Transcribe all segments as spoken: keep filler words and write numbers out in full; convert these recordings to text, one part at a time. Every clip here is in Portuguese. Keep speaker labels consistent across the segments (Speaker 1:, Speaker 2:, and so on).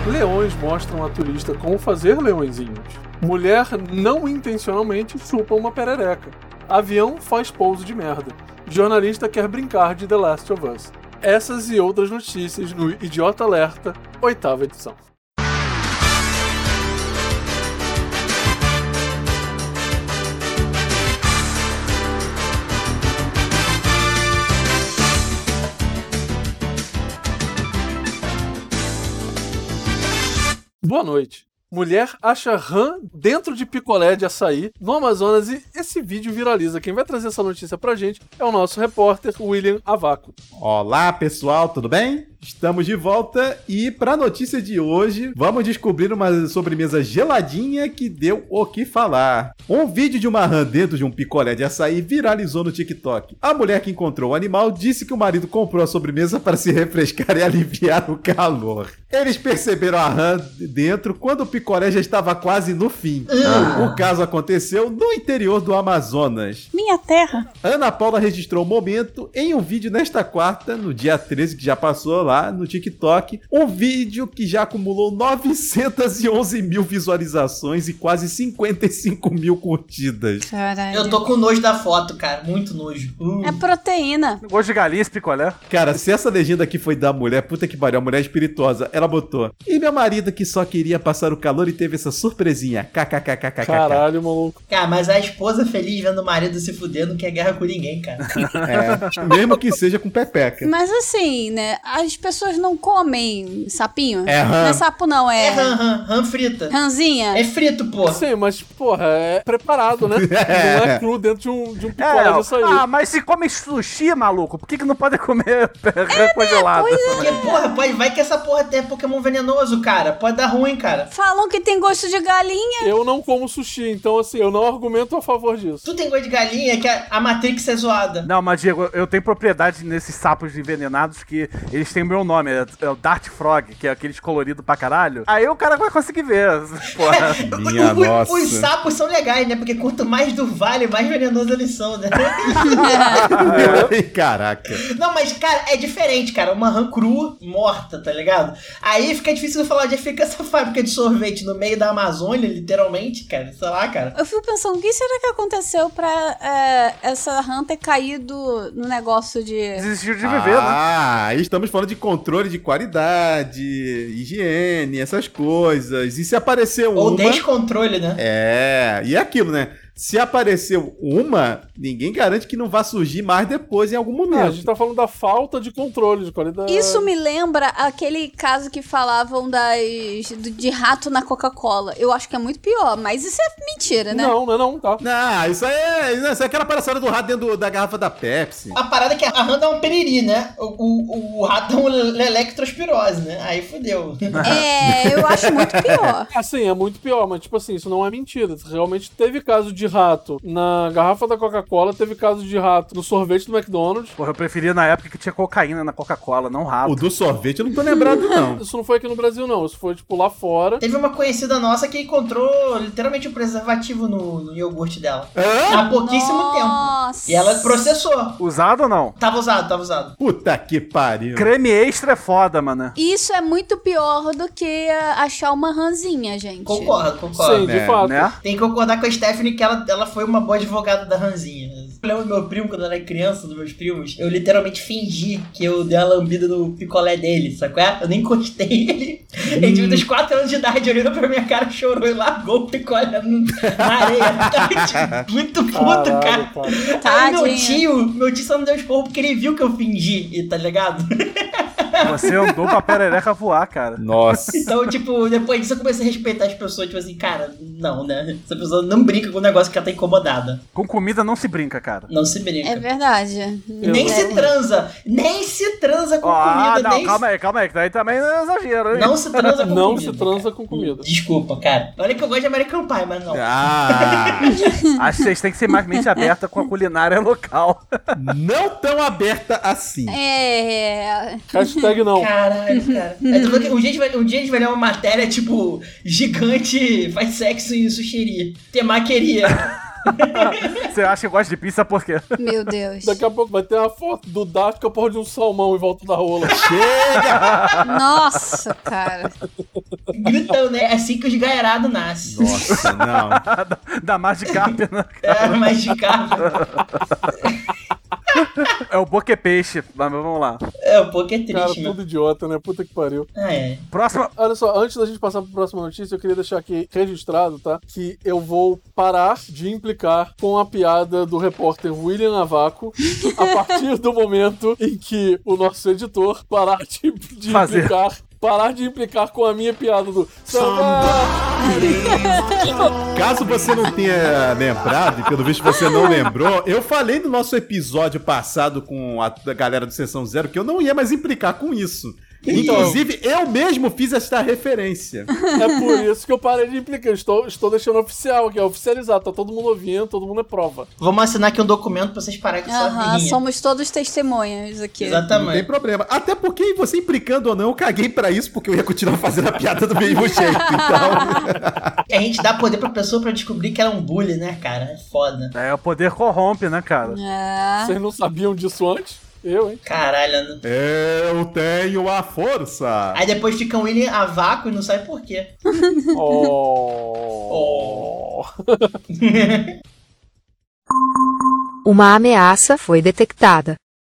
Speaker 1: Leões mostram a turista como fazer leõezinhos. Mulher não intencionalmente chupa uma perereca. Avião faz pouso de merda. Jornalista quer brincar de The Last of Us. Essas e outras notícias no Idiota Alerta, oitava edição. Boa noite. Mulher acha rã dentro de picolé de açaí no Amazonas e esse vídeo viraliza. Quem vai trazer essa notícia pra gente é o nosso repórter William Avaco.
Speaker 2: Olá pessoal, tudo bem? Estamos de volta e pra notícia de hoje vamos descobrir uma sobremesa geladinha que deu o que falar. Um vídeo de uma rã dentro de um picolé de açaí viralizou no TikTok. A mulher que encontrou o animal disse que o marido comprou a sobremesa para se refrescar e aliviar o calor. Eles perceberam a rã dentro quando o picolé já estava quase no fim. Ah. O caso aconteceu no interior do Amazonas.
Speaker 3: Minha terra.
Speaker 2: Ana Paula registrou o momento em um vídeo nesta quarta, no dia treze, que já passou lá no TikTok. Um vídeo que já acumulou novecentas e onze mil visualizações e quase cinquenta e cinco mil curtidas.
Speaker 3: Caralho.
Speaker 4: Eu tô com nojo da foto, cara. Muito nojo. Uh.
Speaker 3: É proteína.
Speaker 5: Gosto de galinha esse picolé.
Speaker 2: Cara, se essa legenda aqui foi da mulher, puta que pariu, a mulher espirituosa, ela botou: e meu marido que só queria passar o calor e teve essa surpresinha. KKKKK.
Speaker 1: Caralho, maluco.
Speaker 4: Cara, mas a esposa feliz vendo o marido se fuder não quer guerra com ninguém, cara.
Speaker 2: É, mesmo que seja com pepeca.
Speaker 3: Mas assim, né, as pessoas não comem sapinho.
Speaker 2: É rã.
Speaker 3: Não é sapo não, é...
Speaker 4: É rã, rã, rã frita.
Speaker 3: Rãzinha.
Speaker 4: É frito, pô.
Speaker 1: Sim, mas, porra, é preparado, né?
Speaker 2: É.
Speaker 1: Não é cru dentro de um, de um picolé
Speaker 5: É,
Speaker 1: de açaí.
Speaker 5: ah, mas se come sushi, maluco, por que, que não pode comer rã congelado?
Speaker 4: Porque, porra, pode, vai que essa porra tem Pokémon venenoso, cara. Pode dar ruim, cara.
Speaker 3: Falam que tem gosto de galinha.
Speaker 1: Eu não como sushi, então, assim, eu não argumento a favor disso.
Speaker 4: Tu tem gosto de galinha que a, a Matrix é zoada.
Speaker 5: Não, mas Diego, eu tenho propriedade nesses sapos envenenados que eles têm o meu nome, é, é o Dart Frog, que é aqueles coloridos pra caralho. Aí o cara vai conseguir ver, porra.
Speaker 2: Minha
Speaker 4: o, o,
Speaker 2: nossa.
Speaker 4: Os sapos são legais, né? Porque quanto mais do vale, mais venenoso eles são, né?
Speaker 2: Caraca.
Speaker 4: Não, mas, cara, é diferente, cara. Uma rã cru, morta, tá ligado? Aí fica difícil de falar onde fica essa fábrica de sorvete no meio da Amazônia, literalmente, cara. Sei lá, cara.
Speaker 3: Eu fico pensando, o que será que aconteceu pra é, essa rã ter caído no negócio de...
Speaker 5: Desistiu de viver, né?
Speaker 2: Ah, aí estamos falando de controle de qualidade, higiene, essas coisas. E se aparecer uma...
Speaker 4: Ou descontrole, né?
Speaker 2: É, e é aquilo, né? Se apareceu uma, ninguém garante que não vai surgir mais depois em algum momento.
Speaker 1: Ah, a gente tá falando da falta de controle de qualidade.
Speaker 3: Isso me lembra aquele caso que falavam das, de rato na Coca-Cola. Eu acho que é muito pior, mas isso é mentira, né?
Speaker 1: Não, não é não, tá?
Speaker 2: Não, isso aí é, isso é aquela palhaçada do rato dentro do, da garrafa da Pepsi.
Speaker 4: A parada é que a rã dá um periri, né? O, o, o rato dá uma lectrospirose, né? Aí fudeu.
Speaker 3: É, eu acho muito pior.
Speaker 1: Assim, é muito pior, mas tipo assim, isso não é mentira. Realmente teve caso de rato na garrafa da Coca-Cola, teve caso de rato no sorvete do McDonald's.
Speaker 5: Porra, eu preferia na época que tinha cocaína na Coca-Cola, não rato.
Speaker 2: O do sorvete eu não tô lembrado, não.
Speaker 1: Isso não foi aqui no Brasil, não. Isso foi, tipo, lá fora.
Speaker 4: Teve uma conhecida nossa que encontrou literalmente um preservativo no, no iogurte dela.
Speaker 2: Hã?
Speaker 4: Há pouquíssimo
Speaker 3: Nossa.
Speaker 4: tempo. E ela processou.
Speaker 5: Usado ou não?
Speaker 4: Tava usado, tava usado.
Speaker 2: Puta que pariu.
Speaker 5: Creme extra é foda, mano.
Speaker 3: Isso é muito pior do que achar uma rãzinha, gente.
Speaker 4: Concordo, concordo.
Speaker 1: Sim, de
Speaker 2: É,
Speaker 1: fato.
Speaker 5: Né?
Speaker 4: Tem que concordar com a Stephanie que ela, ela foi uma boa advogada da ranzinha. Eu lembro do meu primo, quando eu era criança, dos meus primos, eu literalmente fingi que eu dei a lambida no picolé dele, sabe qual é? Eu nem encostei ele. Ele tinha uns quatro anos de idade, olhando pra minha cara, chorou e largou o picolé no, na areia. Muito puto,
Speaker 1: Caralho,
Speaker 4: cara.
Speaker 1: cara.
Speaker 4: Aí meu
Speaker 3: Tadinho.
Speaker 4: tio, meu tio só não deu esporro porque ele viu que eu fingi, tá ligado?
Speaker 5: Você andou pra perereca voar, cara.
Speaker 2: Nossa.
Speaker 4: Então, tipo, depois disso eu comecei a respeitar as pessoas, tipo assim, cara, não, né? Essa pessoa não brinca com um negócio que ela tá incomodada.
Speaker 5: Com comida não se brinca, cara.
Speaker 4: Não se brinca.
Speaker 3: É verdade.
Speaker 4: E nem
Speaker 3: É.
Speaker 4: se transa. Nem se transa com
Speaker 5: Ah,
Speaker 4: comida.
Speaker 5: não,
Speaker 4: nem
Speaker 5: calma aí, calma aí, que daí também não é exagero, hein?
Speaker 4: Não se transa com
Speaker 1: Não
Speaker 4: comida.
Speaker 1: se transa
Speaker 4: cara.
Speaker 1: com comida.
Speaker 4: Desculpa, cara. Olha que eu gosto de American Pie, mas não.
Speaker 2: Ah,
Speaker 5: Acho que vocês têm que ser mais mente aberta com a culinária local.
Speaker 2: não tão aberta assim.
Speaker 3: É.
Speaker 1: Hashtag não.
Speaker 4: Caralho, cara. Eu tô falando que um dia, a gente vai, um dia a gente vai ler uma matéria, tipo, gigante faz sexo em sushiria. Temaqueria.
Speaker 5: Você acha que gosta de pizza por quê?
Speaker 3: Meu Deus.
Speaker 1: Daqui a pouco vai ter uma foto do Dart com a porra de um salmão em volta da rola.
Speaker 2: Chega!
Speaker 3: Nossa, cara.
Speaker 4: Gritando, né? É assim que os gaerados nascem.
Speaker 2: Nossa, não.
Speaker 5: da, da Magikarp, né?
Speaker 4: É, mas de carro.
Speaker 5: É o boquepeixe, mas vamos lá.
Speaker 4: É, um pouco é triste,
Speaker 1: Cara,
Speaker 4: mano.
Speaker 1: tudo idiota, né? Puta que pariu.
Speaker 4: Ah, é.
Speaker 5: Próxima.
Speaker 1: Olha só, antes da gente passar pra próxima notícia, eu queria deixar aqui registrado, tá? Que eu vou parar de implicar com a piada do repórter William Avaco a partir do momento em que o nosso editor parar de, de
Speaker 5: Fazer.
Speaker 1: implicar. Parar de implicar com a minha piada do samba.
Speaker 2: Caso você não tenha lembrado, e pelo visto você não lembrou, eu falei no nosso episódio passado com a galera do Sessão Zero que eu não ia mais implicar com isso.
Speaker 1: Então,
Speaker 2: Inclusive, eu mesmo fiz essa referência.
Speaker 1: É por isso que eu parei de implicar. Eu Estou, estou deixando oficial aqui, é oficializado. Tá todo mundo ouvindo, todo mundo é prova.
Speaker 4: Vamos assinar aqui um documento pra vocês pararem com essa
Speaker 3: Aham,
Speaker 4: birrinha.
Speaker 3: somos todos testemunhas aqui.
Speaker 2: Não tem
Speaker 4: Exatamente.
Speaker 2: problema. Até porque você implicando ou não, eu caguei pra isso, porque eu ia continuar fazendo a piada do mesmo jeito. Então,
Speaker 4: A gente dá poder pra pessoa pra descobrir que ela é um bully, né, cara? É foda.
Speaker 5: É, o poder corrompe, né, cara?
Speaker 3: É.
Speaker 1: Vocês não sabiam disso antes? Eu, hein?
Speaker 4: Caralho, né?
Speaker 2: eu tenho a força.
Speaker 4: Aí depois fica um William a vácuo e não sabe por quê.
Speaker 1: Oh.
Speaker 6: Uma ameaça foi detectada.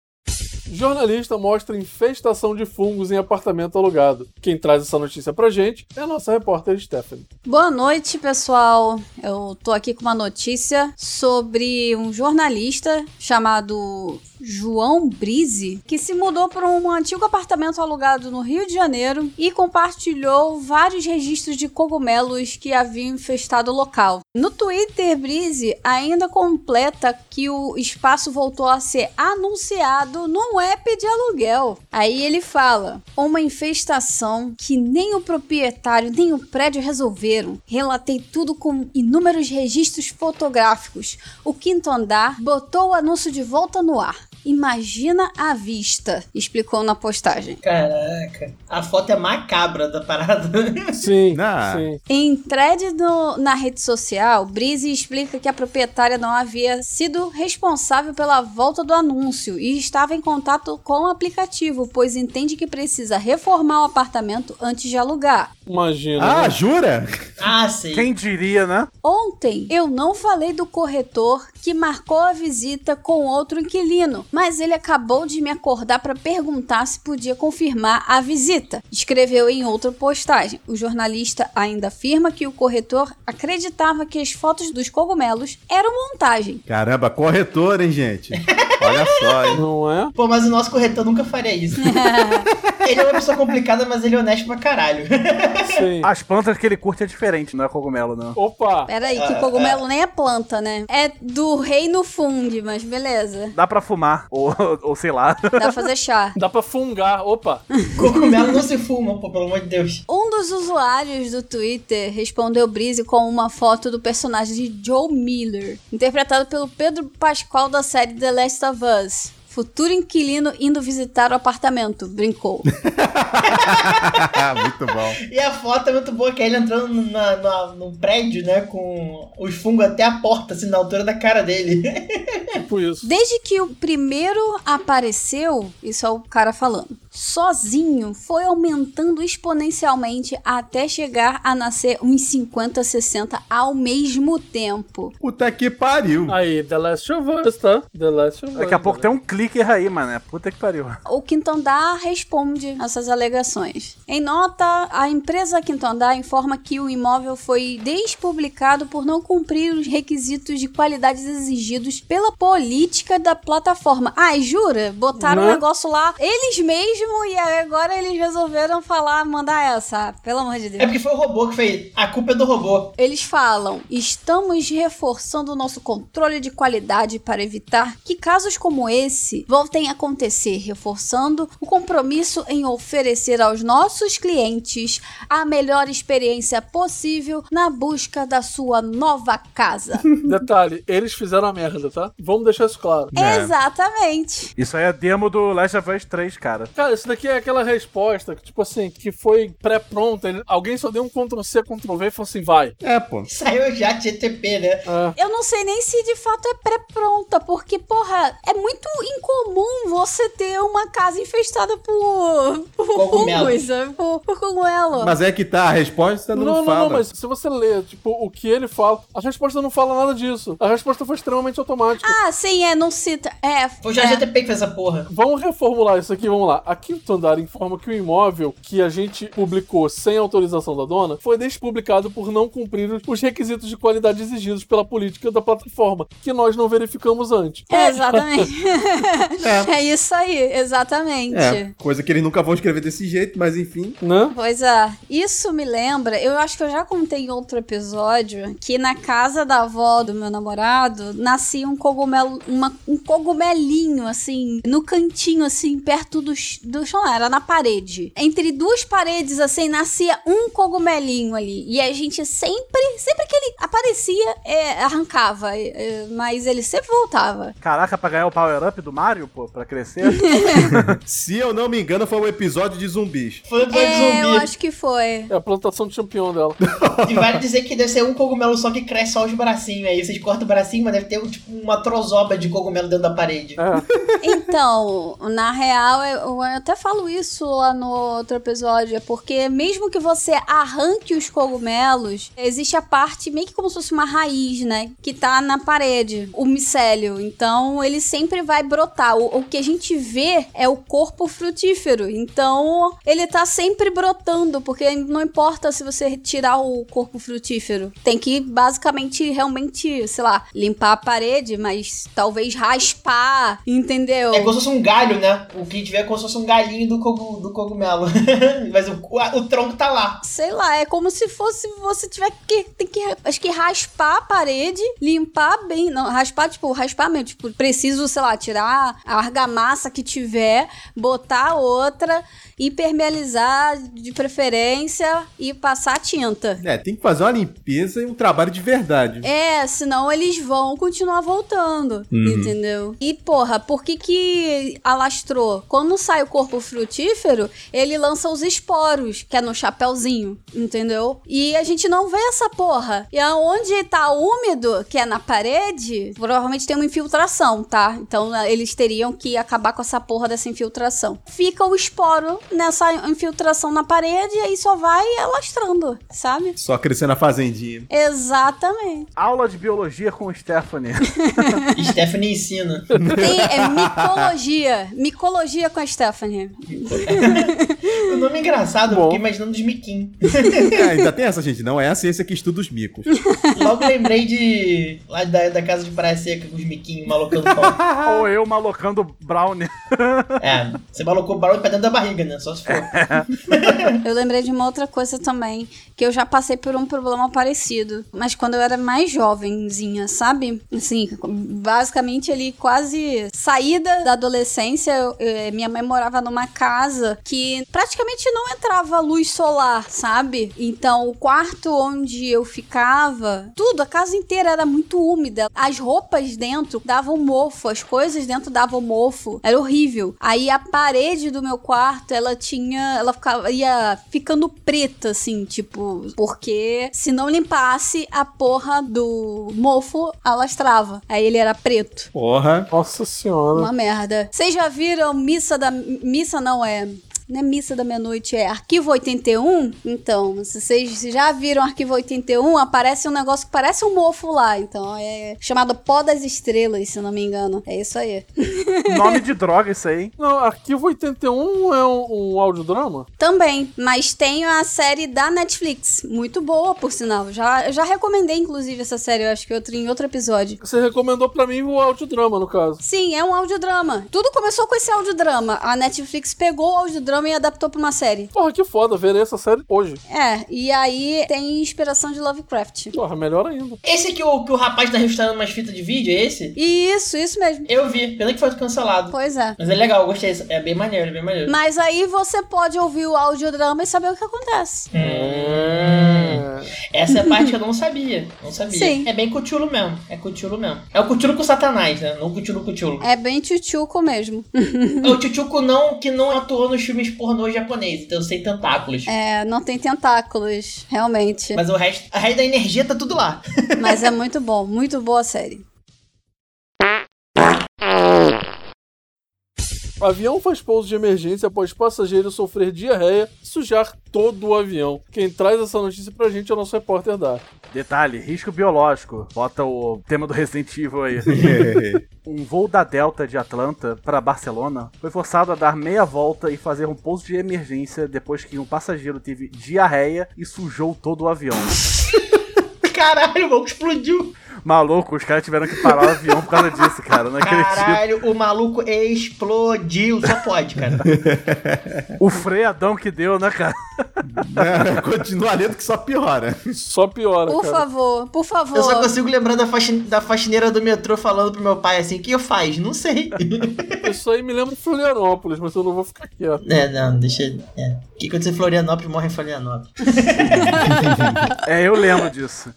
Speaker 1: Jornalista mostra infestação de fungos em apartamento alugado. Quem traz essa notícia pra gente é a nossa repórter Stephanie.
Speaker 3: Boa noite, pessoal. Eu tô aqui com uma notícia sobre um jornalista chamado João Brise, que se mudou para um antigo apartamento alugado no Rio de Janeiro e compartilhou vários registros de cogumelos que haviam infestado o local. No Twitter, Brise ainda completa que o espaço voltou a ser anunciado num app de aluguel. Aí ele fala: uma infestação que nem o proprietário nem o prédio resolveram. Relatei tudo com inúmeros registros fotográficos. O quinto andar botou o anúncio de volta no ar. Imagina a vista, explicou na postagem.
Speaker 4: Caraca. A foto é macabra da parada.
Speaker 1: Sim,
Speaker 2: Ah.
Speaker 1: sim.
Speaker 3: Em thread no- na rede social, Brise explica que a proprietária não havia sido responsável pela volta do anúncio e estava em contato com o aplicativo, pois entende que precisa reformar o apartamento antes de alugar.
Speaker 1: Imagina.
Speaker 2: Ah,
Speaker 1: né?
Speaker 2: jura?
Speaker 4: Ah, sei.
Speaker 5: Quem diria, né?
Speaker 3: Ontem, eu não falei do corretor que marcou a visita com outro inquilino, mas ele acabou de me acordar para perguntar se podia confirmar a visita. Escreveu em outra postagem. O jornalista ainda afirma que o corretor acreditava que as fotos dos cogumelos eram montagem.
Speaker 2: Caramba, corretor, hein, gente? Olha só, hein?
Speaker 1: Não é?
Speaker 4: Pô, mas o nosso corretor nunca faria isso. Ele é uma pessoa complicada, mas ele é honesto pra caralho.
Speaker 1: Sim.
Speaker 5: As plantas que ele curte é diferente, não é cogumelo, não.
Speaker 1: Opa!
Speaker 3: Peraí, que cogumelo nem é planta, né? É do reino fungi, mas beleza.
Speaker 5: Dá pra fumar, ou, ou sei lá.
Speaker 3: Dá pra fazer chá.
Speaker 1: Dá pra fungar. Opa!
Speaker 4: Cogumelo não se fuma, pô, pelo amor de Deus.
Speaker 3: Um dos usuários do Twitter respondeu Brise com uma foto do personagem de Joe Miller, interpretado pelo Pedro Pascal da série The Last of Us. Futuro inquilino indo visitar o apartamento, brincou.
Speaker 2: Muito bom.
Speaker 4: E a foto é muito boa, que é ele entrando na, na, num prédio, né, com os fungos até a porta, assim, na altura da cara dele.
Speaker 1: Tipo isso.
Speaker 3: Desde que o primeiro apareceu, isso é o cara falando, sozinho, foi aumentando exponencialmente até chegar a nascer uns cinquenta, sessenta ao mesmo tempo.
Speaker 2: Puta que pariu.
Speaker 1: Aí, The Last of Us, tá? The Last of Us.
Speaker 5: Daqui a pouco tem
Speaker 1: né?
Speaker 5: um clicker aí, mano. Puta que pariu.
Speaker 3: O Quinto Andar responde essas alegações. Em nota, a empresa Quinto Andar informa que o imóvel foi despublicado por não cumprir os requisitos de qualidade exigidos pela política da plataforma. Ai, jura? Botaram um
Speaker 1: Né?
Speaker 3: negócio lá, eles mesmos, e agora eles resolveram falar, mandar essa. Pelo amor de Deus.
Speaker 4: É porque foi o robô que fez. A culpa é do robô.
Speaker 3: Eles falam: estamos reforçando o nosso controle de qualidade para evitar que casos como esse voltem a acontecer, reforçando o compromisso em oferecer aos nossos clientes a melhor experiência possível na busca da sua nova casa.
Speaker 1: Detalhe, eles fizeram a merda, tá? Vamos deixar isso claro.
Speaker 2: É.
Speaker 3: Exatamente.
Speaker 5: Isso aí é demo do Last of Us três, cara.
Speaker 1: Cara, isso daqui é aquela resposta que, tipo assim, que foi pré-pronta. Ele- Alguém só deu um control C, control V e falou assim, vai.
Speaker 2: É, pô.
Speaker 4: Saiu já G T P, né?
Speaker 1: É.
Speaker 3: Eu não sei nem se de fato é pré-pronta, porque, porra, é muito incomum você ter uma casa infestada por, por
Speaker 4: Cogumelo.
Speaker 3: fungos, sabe? por, por cogumelo.
Speaker 2: Mas é que tá, a resposta não,
Speaker 1: Não, não,
Speaker 2: fala.
Speaker 1: não, mas se você lê, tipo, o que ele fala, a resposta não fala nada disso. A resposta foi extremamente automática.
Speaker 3: Ah, sim, é, não cita. É,
Speaker 4: Foi já
Speaker 3: é.
Speaker 4: G T P que fez essa porra.
Speaker 1: Vamos reformular isso aqui, vamos lá. A Quinto Andar informa que o imóvel que a gente publicou sem autorização da dona foi despublicado por não cumprir os requisitos de qualidade exigidos pela política da plataforma, que nós não verificamos antes.
Speaker 3: É, exatamente.
Speaker 2: É.
Speaker 3: É isso aí, exatamente.
Speaker 2: É, coisa que eles nunca vão escrever desse jeito, mas enfim.
Speaker 1: Né?
Speaker 3: Pois é, isso me lembra, eu acho que eu já contei em outro episódio, que na casa da avó do meu namorado, nascia um cogumelo, uma, um cogumelinho, assim, no cantinho, assim, perto do, ch- do chão, era na parede. Entre duas paredes, assim, nascia um cogumelinho ali. E a gente sempre, sempre que ele aparecia, é, arrancava, é, mas ele sempre voltava.
Speaker 5: Caraca, pra ganhar o power-up do Mario, pô, pra crescer.
Speaker 2: Se eu não me engano, foi um episódio de zumbis.
Speaker 4: Foi um episódio de
Speaker 3: É, eu
Speaker 4: zumbi.
Speaker 3: acho que foi.
Speaker 1: É a plantação de campeão dela.
Speaker 4: E vale dizer que deve ser um cogumelo só que cresce só os bracinhos. Aí vocês cortam o bracinho, mas deve ter um, tipo, uma trozoba de cogumelo dentro da parede.
Speaker 1: É.
Speaker 3: Então, na real, eu, eu até falo isso lá no outro episódio, é porque mesmo que você arranque os cogumelos, existe a parte meio que como se fosse uma raiz, né? Que tá na parede, o micélio. Então, ele sempre vai brotar. O, o que a gente vê é o corpo frutífero. Então, ele tá sempre brotando, porque não importa se você retirar o corpo frutífero. Tem que, basicamente, realmente, sei lá, limpar a parede, mas talvez raspar, entendeu?
Speaker 4: É como se fosse um galho, né? O que tiver é como se fosse um galinho do, cogu, do cogumelo. Mas o, o, o tronco tá lá.
Speaker 3: Sei lá, é como se fosse você tiver que, tem que, acho que raspar a parede, limpar bem, não, raspar, tipo, raspar mesmo, tipo, preciso, sei lá, tirar a argamassa que tiver, botar outra, impermeabilizar de preferência e passar tinta.
Speaker 2: É, tem que fazer uma limpeza e um trabalho de verdade.
Speaker 3: É, senão eles vão continuar voltando, entendeu? E, porra, por que que alastrou? Quando sai o corpo frutífero, ele lança os esporos, que é no chapéuzinho, entendeu? E a gente não vê essa porra. E aonde tá úmido, que é na parede, provavelmente tem uma infiltração, tá? Então eles teriam que acabar com essa porra dessa infiltração. Fica o esporo nessa infiltração na parede e aí só vai alastrando, sabe?
Speaker 2: Só crescer na fazendinha.
Speaker 3: Exatamente.
Speaker 5: Aula de biologia com Stephanie.
Speaker 4: Stephanie ensina.
Speaker 3: Tem, é micologia. Micologia com a Stephanie.
Speaker 4: O nome é engraçado, eu
Speaker 1: Bom.
Speaker 4: fiquei imaginando os miquinhos.
Speaker 2: É, ainda tem essa, gente. Não é a ciência que estuda os micos.
Speaker 4: Logo lembrei de. Lá da, da casa de Praia Seca com os miquinhos malocando pão.
Speaker 5: Ou eu malocando brownie.
Speaker 4: É, você malocou o barulho pra dentro da barriga, né? Só se for.
Speaker 3: Eu lembrei de uma outra coisa também, que eu já passei por um problema parecido, mas quando eu era mais jovenzinha, sabe? Assim, basicamente ali quase saída da adolescência, eu, eu, minha mãe morava numa casa que praticamente não entrava luz solar, sabe? Então o quarto onde eu ficava, tudo, a casa inteira era muito úmida. As roupas dentro davam mofo, as coisas dentro davam mofo. Era horrível. Aí a parede do meu quarto, ela tinha, ela ficava, ia ficando preta, assim, tipo, porque se não limpasse, a porra do mofo alastrava. Aí ele era preto.
Speaker 2: Porra.
Speaker 1: Nossa senhora.
Speaker 3: Uma merda. Vocês já viram Missa da... Missa não é... Não é Missa da Meia-Noite, é Arquivo oitenta e um? Então, se vocês já viram Arquivo oitenta e um, aparece um negócio que parece um mofo lá. Então, é chamado Pó das Estrelas, se eu não me engano. É isso aí.
Speaker 5: Nome de droga isso aí, hein?
Speaker 1: Não, Arquivo oitenta e um é um, um audiodrama?
Speaker 3: Também, mas tem a série da Netflix. Muito boa, por sinal. Já, eu já recomendei, inclusive, essa série, eu acho que outro, em outro episódio.
Speaker 1: Você recomendou pra mim o audiodrama, no caso.
Speaker 3: Sim, é um audiodrama. Tudo começou com esse audiodrama. A Netflix pegou o audiodrama e adaptou pra uma série.
Speaker 1: Porra, que foda, verei essa série hoje.
Speaker 3: É, e aí tem inspiração de Lovecraft.
Speaker 1: Porra, melhor ainda.
Speaker 4: Esse que o, que o rapaz tá registrando umas fitas de vídeo, é esse?
Speaker 3: Isso, isso mesmo.
Speaker 4: Eu vi, pena que foi cancelado.
Speaker 3: Pois é.
Speaker 4: Mas é legal, eu gostei. É bem maneiro, é bem maneiro.
Speaker 3: Mas aí você pode ouvir o audiodrama e saber o que acontece.
Speaker 4: Hum. Essa é a parte que eu não sabia. Não sabia.
Speaker 3: Sim.
Speaker 4: É bem Cthulhu mesmo. É Cthulhu mesmo. É o Cthulhu com Satanás, né? Não o Cthulhu Cthulhu.
Speaker 3: É bem tchutchuco mesmo.
Speaker 4: É o Chuchuko não, que não atuou nos filmes pornô japoneses, então sem tentáculos.
Speaker 3: É, não tem tentáculos, realmente.
Speaker 4: Mas o resto, a resto da energia tá tudo lá.
Speaker 3: Mas é muito bom, muito boa a série.
Speaker 1: O avião faz pouso de emergência após passageiro sofrer diarreia e sujar todo o avião. Quem traz essa notícia pra gente é o nosso repórter Dark.
Speaker 5: Detalhe, risco biológico. Bota o tema do Resident Evil aí. Um voo da Delta de Atlanta para Barcelona foi forçado a dar meia volta e fazer um pouso de emergência depois que um passageiro teve diarreia e sujou todo o avião.
Speaker 4: Caralho, o maluco explodiu.
Speaker 5: Maluco, os caras tiveram que parar o avião por causa disso, cara. Não acredito.
Speaker 4: Caralho, o maluco explodiu. Só pode, cara.
Speaker 5: O freadão que deu, né, cara?
Speaker 2: É, continua lendo que só piora.
Speaker 1: Só piora,
Speaker 3: Por
Speaker 1: cara.
Speaker 3: favor, por favor.
Speaker 4: Eu só consigo lembrar da, faxin... da faxineira do metrô falando pro meu pai assim, o que eu faz? Não sei.
Speaker 1: Isso aí me lembra de Florianópolis, mas eu não vou ficar quieto.
Speaker 4: É, não, deixa... É. O que aconteceu em Florianópolis morre em Florianópolis.
Speaker 5: É, eu lembro disso.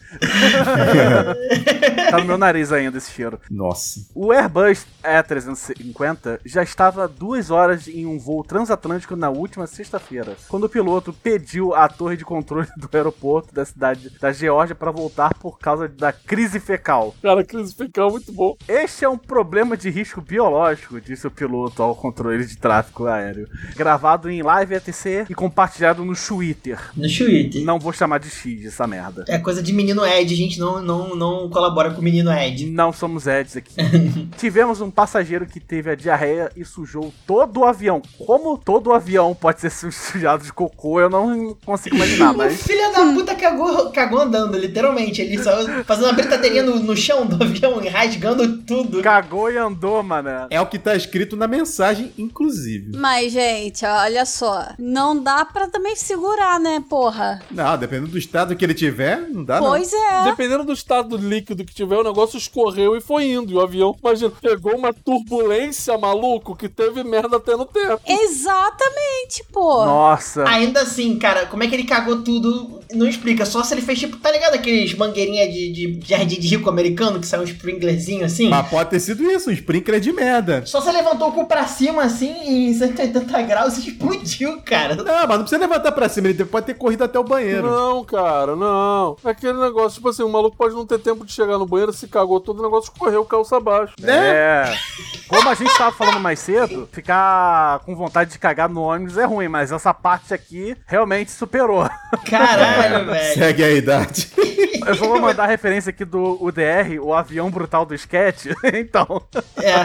Speaker 5: Tá no meu nariz ainda esse cheiro.
Speaker 2: Nossa.
Speaker 5: O Airbus E trezentos e cinquenta já estava duas horas em um voo transatlântico na última sexta-feira, quando o piloto pediu à torre de controle do aeroporto da cidade da Geórgia para voltar por causa da crise fecal.
Speaker 1: Cara, crise fecal é muito bom.
Speaker 5: Este é um problema de risco biológico, disse o piloto ao controle de tráfego aéreo. Gravado em live A T C e compartilhado no Twitter.
Speaker 4: No Twitter.
Speaker 5: Não vou chamar de X essa merda.
Speaker 4: É coisa de menino Ed, a gente não, não, não colabora com o menino Ed.
Speaker 5: Não somos Eds aqui. Tivemos um passageiro que teve a diarreia e sujou todo o avião. Como todo o avião pode ser sujado de cocô, eu não consigo imaginar,
Speaker 4: O
Speaker 5: mas...
Speaker 4: filho da puta cagou, cagou andando, literalmente. Ele só fazendo uma britadeirinha no, no chão do avião e rasgando tudo.
Speaker 5: Cagou e andou, mané.
Speaker 2: É o que tá escrito na mensagem, inclusive.
Speaker 3: Mas, gente, olha só. Não dá pra também segurar, né, porra?
Speaker 2: Não, dependendo do estado que ele tiver, não dá
Speaker 3: Pois é.
Speaker 1: Dependendo do estado líquido que tiver, o negócio escorreu e foi indo. E o avião, imagina, pegou uma turbulência, maluco, que teve merda até no teto.
Speaker 3: Exatamente, pô.
Speaker 5: Nossa.
Speaker 4: Ainda assim, cara, como é que ele cagou tudo? Não explica. Só se ele fez tipo, tá ligado? Aqueles mangueirinha de, de jardim de rico americano que sai um sprinklerzinho assim?
Speaker 2: não. Mas pode ter sido isso, um sprinkler de merda.
Speaker 4: Só se levantou o cu pra cima assim em cento e oitenta graus e explodiu, cara.
Speaker 2: Não, mas não precisa levantar pra cima, ele pode ter corrido até o banheiro.
Speaker 1: Não, cara, não. É aquele negócio, tipo assim, o maluco pode não ter tempo de chegar no banheiro, se cagou todo, o negócio escorreu calça abaixo.
Speaker 5: É. Como a gente tava falando mais cedo, ficar com vontade de cagar no ônibus é ruim, mas essa parte aqui realmente superou.
Speaker 4: Caralho, velho.
Speaker 2: Segue a idade.
Speaker 5: Eu só vou mandar a referência aqui do U D R, o avião brutal do sketch. Então,
Speaker 4: É.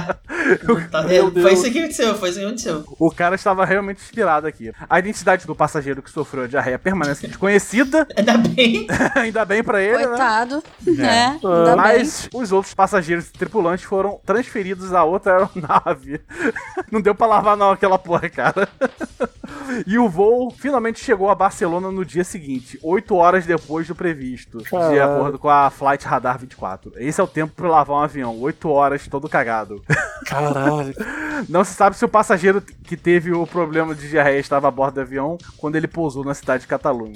Speaker 4: Tá,
Speaker 1: Meu
Speaker 4: é,
Speaker 1: Deus.
Speaker 4: foi isso que aconteceu, foi isso que aconteceu.
Speaker 5: o cara estava realmente inspirado aqui. A identidade do passageiro que sofreu a diarreia permanece desconhecida.
Speaker 4: Ainda bem.
Speaker 5: Ainda bem pra ele, né?
Speaker 3: Coitado. É, ainda bem.
Speaker 5: Mas os outros passageiros e tripulantes foram transferidos a outra aeronave. Não deu pra lavar não aquela porra, cara. E o voo finalmente chegou a Barcelona no dia seguinte, oito horas depois do previsto, de
Speaker 1: Caralho.
Speaker 5: acordo com a Flight Radar vinte e quatro. Esse é o tempo pra lavar um avião, oito horas todo cagado.
Speaker 1: Caralho.
Speaker 5: Não se sabe se o passageiro que teve o problema de diarreia estava a bordo do avião quando ele pousou na cidade de Catalunha.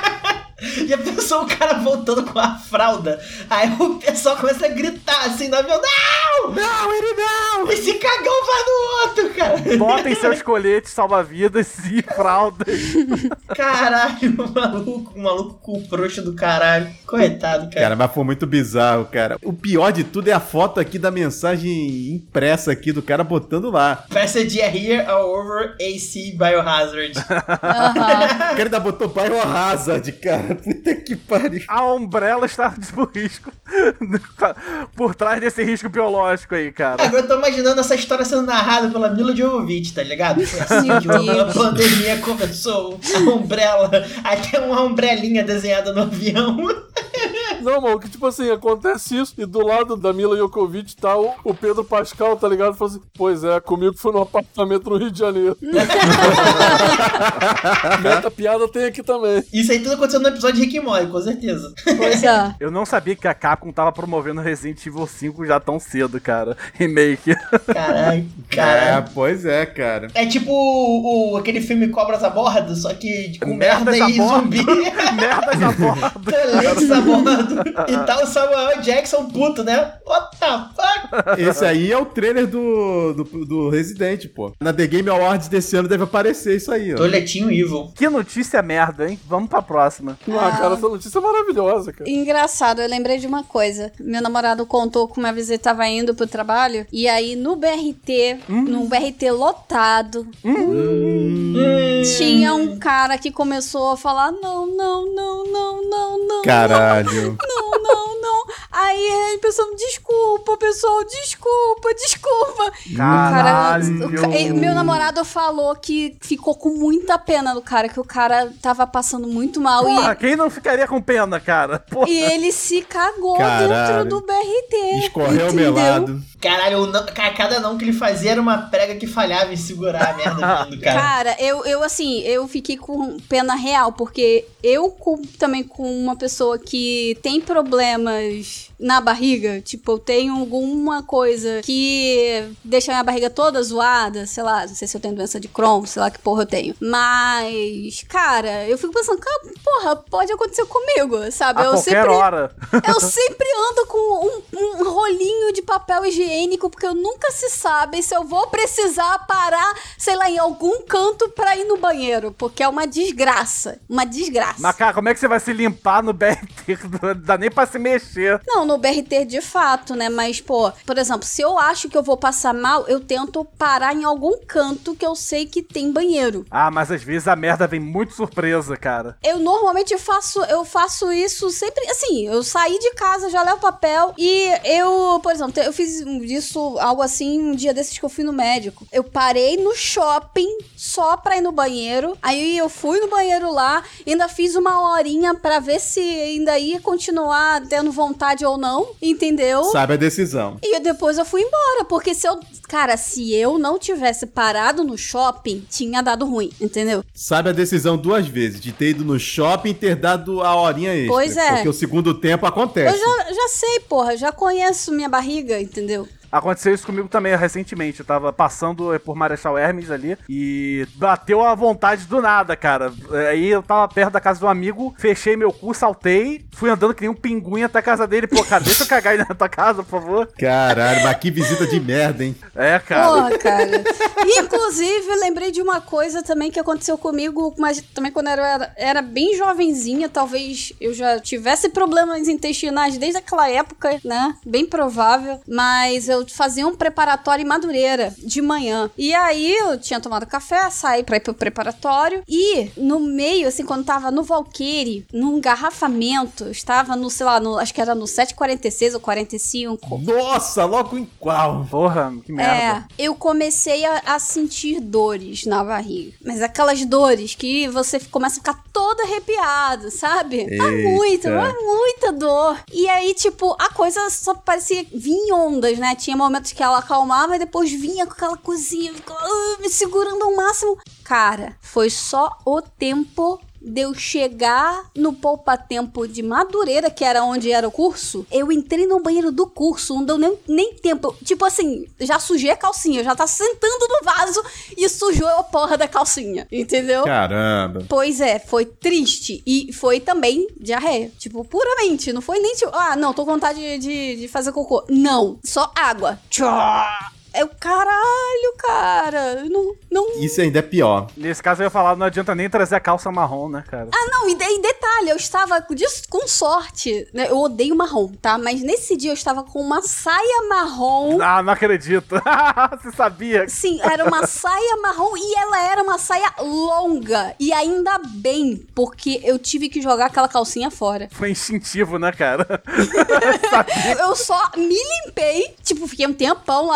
Speaker 4: Já pensou o cara voltando com a fralda? Aí o pessoal começa a gritar assim no avião: Não!
Speaker 2: Não, ele não!
Speaker 4: Esse cagão vai no outro, cara!
Speaker 5: Botem seus coletes salva-vidas e fraldas.
Speaker 4: Caralho, o maluco, o maluco com o frouxo do caralho. Coitado, cara.
Speaker 2: Cara, mas foi muito bizarro, cara. O pior de tudo é a foto aqui da mensagem impressa aqui do cara botando lá.
Speaker 4: Passage here all over A C Biohazard.
Speaker 3: Aham.
Speaker 2: O cara ainda botou Biohazard, cara. Puta que pariu.
Speaker 5: A Umbrella está sob risco por trás desse risco biológico aí, cara.
Speaker 4: Agora eu tô imaginando essa história sendo narrada pela Mila Jovovich, tá ligado? Assim
Speaker 3: Meu
Speaker 4: que a
Speaker 3: Deus.
Speaker 4: pandemia começou, a Umbrella, aí tem uma umbrelinha desenhada no avião.
Speaker 1: Não, mano, que tipo assim, acontece isso e do lado da Mila Jokovic tá o, o Pedro Pascal, tá ligado? Fala assim, pois é, comigo foi num apartamento no Rio de Janeiro. Meta piada tem aqui também.
Speaker 4: Isso aí tudo aconteceu no episódio de Rick and Morty, com certeza.
Speaker 3: Pois é.
Speaker 5: Eu não sabia que a Capcom tava promovendo Resident Evil cinco já tão cedo, cara. Remake.
Speaker 4: Caralho,
Speaker 2: É,
Speaker 4: caralho.
Speaker 2: pois é, cara.
Speaker 4: É tipo o, o- aquele filme Cobras a Bordo, só que com merda
Speaker 5: Merdas a
Speaker 4: e
Speaker 5: bordo.
Speaker 4: zumbi.
Speaker 5: Merdas a bordo.
Speaker 4: Toletes a bordo. E tá o Samuel Jackson puto, né? What the fuck?
Speaker 2: Esse aí é o trailer do, do, do Resident, pô. Na The Game Awards desse ano deve aparecer isso aí, ó.
Speaker 4: Toletinho evil.
Speaker 5: Que notícia merda, hein? Vamos pra próxima.
Speaker 1: Ah, cara, essa notícia é maravilhosa, cara.
Speaker 3: Engraçado, eu lembrei de uma coisa. Meu namorado contou que uma vez ele tava indo pro trabalho e aí no B R T, num B R T lotado, tinha um cara que começou a falar não, não, não, não, não, não.
Speaker 2: Caralho.
Speaker 3: Não, não, não. Aí a pessoa, desculpa, pessoal, desculpa, desculpa.
Speaker 5: Caralho.
Speaker 3: O cara, o- meu namorado falou que ficou com muita pena do cara, que o cara tava passando muito mal
Speaker 5: Porra, quem não ficaria com pena, cara? Porra.
Speaker 3: e, e ele se cagou
Speaker 2: Caralho.
Speaker 3: dentro do B R T.
Speaker 2: Escorreu o
Speaker 3: entendeu?
Speaker 2: melado.
Speaker 4: Caralho, o não, ca- cada não que ele fazia era uma prega que falhava em segurar a merda vindo, cara.
Speaker 3: Cara, eu, eu assim, eu fiquei com pena real, porque eu com- também com uma pessoa que tem problemas na barriga, tipo, eu tenho alguma coisa que deixa minha barriga toda zoada, sei lá, não sei se eu tenho doença de Crohn, sei lá que porra eu tenho. Mas, cara, eu fico pensando, cara, porra, pode acontecer comigo, sabe?
Speaker 5: A
Speaker 3: eu
Speaker 5: qualquer
Speaker 3: sempre
Speaker 5: hora.
Speaker 3: Eu sempre ando com um, um rolinho de papel higiênico, porque eu nunca se sabe se eu vou precisar parar, sei lá, em algum canto pra ir no banheiro, porque é uma desgraça. Uma desgraça.
Speaker 5: Mas, cara, como é que você vai se limpar no B R T? Não dá nem pra se mexer.
Speaker 3: Não, no B R T de fato, né? Mas, pô, por exemplo, se eu acho que eu vou passar mal, eu tento parar em algum canto que eu sei que tem banheiro.
Speaker 5: Ah, mas às vezes a merda vem muito surpresa, cara.
Speaker 3: Eu normalmente faço, eu faço isso sempre, assim, eu saí de casa, já levo papel e eu, por exemplo, eu fiz isso, algo assim, um dia desses que eu fui no médico. Eu parei no shopping só pra ir no banheiro, aí eu fui no banheiro lá, ainda fiz uma horinha pra ver se ainda ia continuar tendo vontade ou não, entendeu?
Speaker 2: Sabe a decisão.
Speaker 3: E depois eu fui embora, porque se eu... Cara, se eu não tivesse parado no shopping, tinha dado ruim, entendeu?
Speaker 2: Sabe a decisão duas vezes, de ter ido no shopping e ter dado a horinha extra.
Speaker 3: Pois é.
Speaker 2: Porque o segundo tempo acontece.
Speaker 3: Eu já, já sei, porra, já conheço minha barriga, entendeu?
Speaker 5: Aconteceu isso comigo também recentemente. Eu tava passando por Marechal Hermes ali e bateu a vontade do nada, cara. Aí eu tava perto da casa de um amigo, fechei meu cu, saltei, fui andando que nem um pinguim até a casa dele. Pô, cara, deixa eu cagar aí na tua casa, por favor.
Speaker 2: Caralho, mas que visita de merda, hein?
Speaker 5: É, cara.
Speaker 3: Porra, cara. Inclusive, eu lembrei de uma coisa também que aconteceu comigo, mas também quando eu era, era bem jovenzinha, talvez eu já tivesse problemas intestinais desde aquela época, né? Bem provável. Mas eu fazia um preparatório em Madureira de manhã. E aí eu tinha tomado café, saí pra ir pro preparatório. E no meio, assim, quando tava no Valqueire, num engarrafamento, eu estava no, sei lá, no, acho que era no sete e quarenta e seis ou quarenta e cinco.
Speaker 2: Nossa, logo em qual?
Speaker 5: Porra, que merda.
Speaker 3: É, eu comecei a, a sentir dores na barriga. Mas aquelas dores que você começa a ficar todo arrepiado, sabe? Dá
Speaker 2: Eita.
Speaker 3: muita, dá muita dor. E aí, tipo, a coisa só parecia vir em ondas, né? Tinha momentos que ela acalmava e depois vinha com aquela coisinha, ficava, uh, me segurando ao máximo. Cara, foi só o tempo de eu chegar no poupa-tempo de Madureira, que era onde era o curso. Eu entrei no banheiro do curso, não deu nem, nem tempo. Tipo assim, já sujei a calcinha, já tá sentando no vaso e sujou a porra da calcinha, entendeu?
Speaker 2: Caramba.
Speaker 3: Pois é, foi triste. E foi também diarreia. Tipo, puramente. Não foi nem tipo, ah, não, tô com vontade de, de fazer cocô. Não, só água. Tchá! É o caralho, cara. Eu Não, não.
Speaker 2: Isso ainda é pior.
Speaker 5: Nesse caso eu ia falar, não adianta nem trazer a calça marrom, né, cara?
Speaker 3: Ah, não, e, de, e detalhe, eu estava de, com sorte, né? Eu odeio marrom, tá? Mas nesse dia eu estava com uma saia marrom.
Speaker 5: Ah, não acredito. Você sabia?
Speaker 3: Sim, era uma saia marrom e ela era uma saia longa. E ainda bem, porque eu tive que jogar aquela calcinha fora.
Speaker 5: Foi instintivo, né, cara?
Speaker 3: Eu só me limpei, tipo, fiquei um tempão lá no banheiro.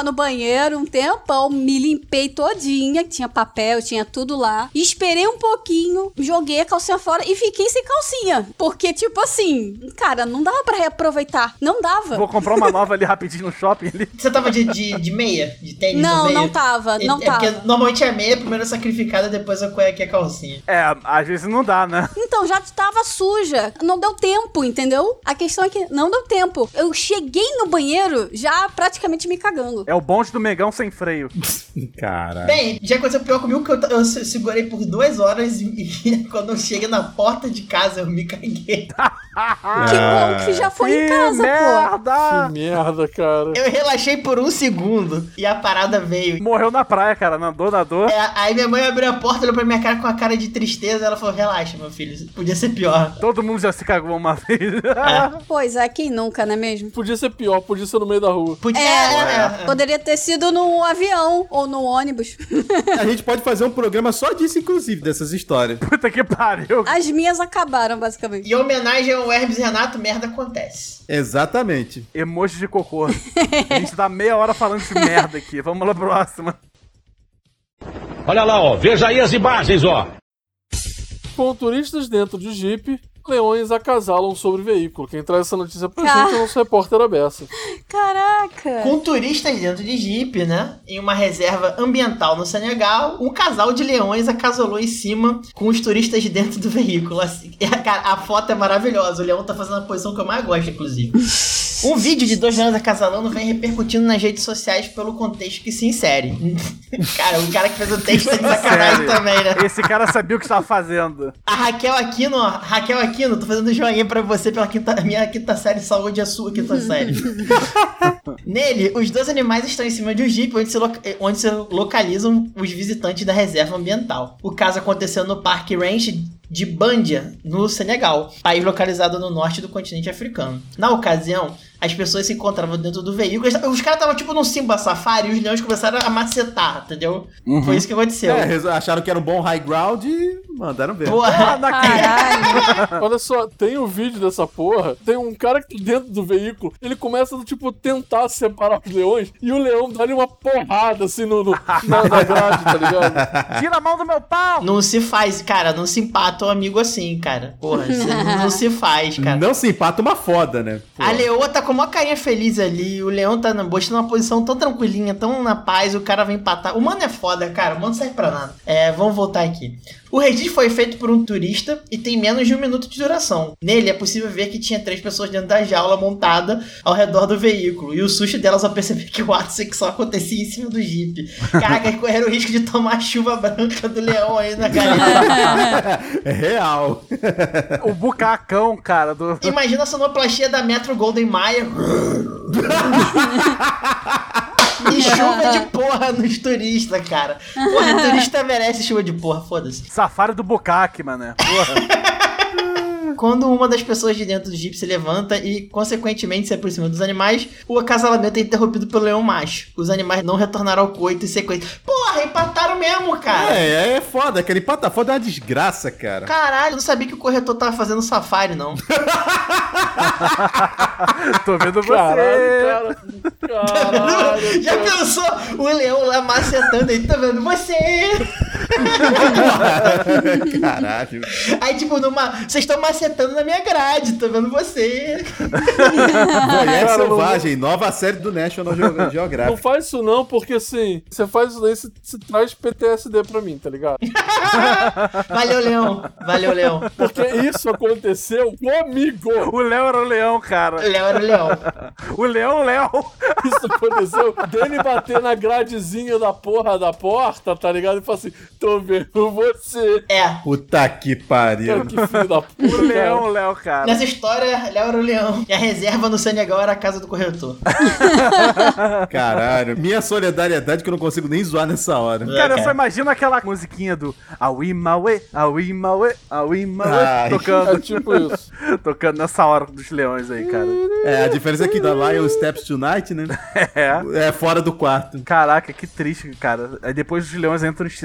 Speaker 3: banheiro um tempão, me limpei todinha, tinha papel, tinha tudo lá. Esperei um pouquinho, joguei a calcinha fora e fiquei sem calcinha. Porque, tipo assim, cara, não dava pra reaproveitar. Não dava.
Speaker 5: Vou comprar uma nova ali rapidinho no shopping ali.
Speaker 4: Você tava de, de, de meia? De tênis
Speaker 3: Não,
Speaker 4: no meio?
Speaker 3: não tava, não
Speaker 4: é,
Speaker 3: tava.
Speaker 4: É porque normalmente a meia, primeiro é sacrificada, depois a cueca e a calcinha.
Speaker 5: É, às vezes não dá, né?
Speaker 3: Então, já tava suja. Não deu tempo, entendeu? A questão é que não deu tempo. Eu cheguei no banheiro já praticamente me cagando.
Speaker 5: É o bonde do Megão sem freio.
Speaker 2: Caralho.
Speaker 4: Bem, já aconteceu pior comigo que eu, eu se- segurei por duas horas e, e quando eu cheguei na porta de casa eu me caguei.
Speaker 3: Que bom que já foi em casa, pô.
Speaker 5: merda!
Speaker 1: Que merda, cara.
Speaker 4: Eu relaxei por um segundo e a parada veio.
Speaker 5: Morreu na praia, cara. Nadou, nadou.
Speaker 4: É, aí minha mãe abriu a porta, olhou pra minha cara com a cara de tristeza. Ela falou: relaxa, meu filho, podia ser pior.
Speaker 5: Todo mundo já se cagou uma vez.
Speaker 3: Pois é, quem nunca, não é mesmo?
Speaker 1: Podia ser pior, podia ser no meio da rua.
Speaker 4: Podia.
Speaker 3: É,
Speaker 4: É, é.
Speaker 3: poderia ter sido no avião ou no ônibus.
Speaker 2: A gente pode fazer um programa só disso, inclusive, dessas histórias.
Speaker 5: Puta que pariu.
Speaker 3: As minhas acabaram, basicamente.
Speaker 4: Em homenagem ao Hermes e Renato, merda acontece.
Speaker 2: Exatamente.
Speaker 5: Emoji de cocô. A gente tá meia hora falando de merda aqui. Vamos lá, próxima.
Speaker 7: Olha lá, ó. Veja aí as imagens, ó.
Speaker 1: Com turistas dentro de Jeep, leões acasalam sobre o veículo. Quem traz essa notícia pra
Speaker 3: Car-
Speaker 1: gente é o nosso repórter Abessa.
Speaker 3: Caraca!
Speaker 4: Com turistas dentro de Jeep, né? Em uma reserva ambiental no Senegal, um casal de leões acasalou em cima com os turistas dentro do veículo. Assim, cara, a foto é maravilhosa. O leão tá fazendo a posição que eu mais gosto, inclusive. Um vídeo de dois leões acasalando vem repercutindo nas redes sociais pelo contexto que se insere. Cara, o cara que fez o texto é de sacanagem
Speaker 5: Sério.
Speaker 4: também, né?
Speaker 5: Esse cara sabia o que estava fazendo.
Speaker 4: A Raquel Aquino, ó, Raquel Aquino, tô fazendo joinha pra você pela quinta, minha quinta série, saúde a sua quinta série. Nele, os dois animais estão em cima de um jipe onde se, loca- onde se localizam os visitantes da reserva ambiental. O caso aconteceu no Parque Ranch de Bandia, no Senegal, país localizado no norte do continente africano. Na ocasião, as pessoas se encontravam dentro do veículo. Os caras estavam tipo num Simba Safari e os leões começaram a macetar, entendeu? Foi isso que aconteceu.
Speaker 2: É, resol- acharam que era um bom high ground e mandaram ver.
Speaker 4: Porra,
Speaker 3: Caralho!
Speaker 1: Olha só, tem o vídeo dessa porra, tem um cara que dentro do veículo, ele começa, tipo, tentar separar os leões e o leão dá-lhe uma porrada, assim, no, no, na, na grade, tá ligado?
Speaker 5: Tira a mão do meu pau!
Speaker 4: não se faz, cara, não se empata um amigo assim, cara. Porra, isso não se faz, cara.
Speaker 2: Não se empata uma foda, né? Pô.
Speaker 4: A leoa tá com uma carinha feliz ali, o leão tá na bosta, numa posição tão tranquilinha, tão na paz, o cara vem empatar. O mano é foda, cara, o mano não serve pra nada. É, vamos voltar aqui. O registro foi feito por um turista e tem menos de um minuto de duração. Nele é possível ver que tinha três pessoas dentro da jaula montada ao redor do veículo. E o susto delas ao perceber que o ato sexual acontecia em cima do jipe. Caraca, eles correram o risco de tomar a chuva branca do leão aí na cara.
Speaker 2: É real.
Speaker 5: O bucacão, cara, do...
Speaker 4: Imagina a sonoplastia da Metro Golden Mayer. E chuva de porra nos turistas, cara. Porra, turista merece chuva de porra, foda-se.
Speaker 5: Safari do bucaque, mané. Porra.
Speaker 4: Quando uma das pessoas de dentro do jipe se levanta e, consequentemente, se aproxima dos animais, o acasalamento é interrompido pelo leão macho. Os animais não retornaram ao coito em sequência. Porra, empataram mesmo, cara.
Speaker 2: É, é foda. Aquele empata foda é uma desgraça, cara.
Speaker 4: Caralho, eu não sabia que o corretor tava fazendo safari, não.
Speaker 5: Tô vendo você.
Speaker 1: Caralho, cara. Caralho,
Speaker 4: Já
Speaker 1: cara.
Speaker 4: pensou? O leão lá macetando aí, tá vendo? Você!
Speaker 2: Caralho.
Speaker 4: Aí, tipo, numa. Vocês estão macetando na minha grade, tô vendo você.
Speaker 2: Mulher
Speaker 1: Cara,
Speaker 2: Selvagem, nova série do National Geo-
Speaker 1: Não
Speaker 2: Geographic.
Speaker 1: faz isso não, porque assim, você faz isso daí, você, você traz P T S D pra mim, tá ligado?
Speaker 4: Valeu, leão. Valeu, leão.
Speaker 1: Porque isso aconteceu comigo.
Speaker 5: O Léo era o leão, cara.
Speaker 4: Leão era o leão.
Speaker 5: O leão, Léo.
Speaker 1: Isso aconteceu dele bater na gradezinha da porra da porta, tá ligado? E falar assim, tô vendo você.
Speaker 4: É.
Speaker 2: Puta que pariu.
Speaker 1: Cara, que filho da
Speaker 5: O
Speaker 1: puta,
Speaker 5: leão,
Speaker 1: cara.
Speaker 5: Léo, cara.
Speaker 4: Nessa história, Léo era o leão. E a reserva no Senegal era a casa do corretor.
Speaker 2: Caralho. Minha solidariedade que eu não consigo nem zoar nessa hora.
Speaker 5: Cara, eu só imagino aquela musiquinha do Aui Maue, Aui Maue, Aui Maue,
Speaker 2: Ai.
Speaker 1: É
Speaker 5: tocando,
Speaker 1: tipo isso.
Speaker 5: tocando nessa hora dos leões aí, cara.
Speaker 2: É, a diferença é que da Lion Steps Tonight, né?
Speaker 5: É.
Speaker 2: É fora do quarto.
Speaker 5: Caraca, que triste, cara. Aí depois os leões entram em extinção aí por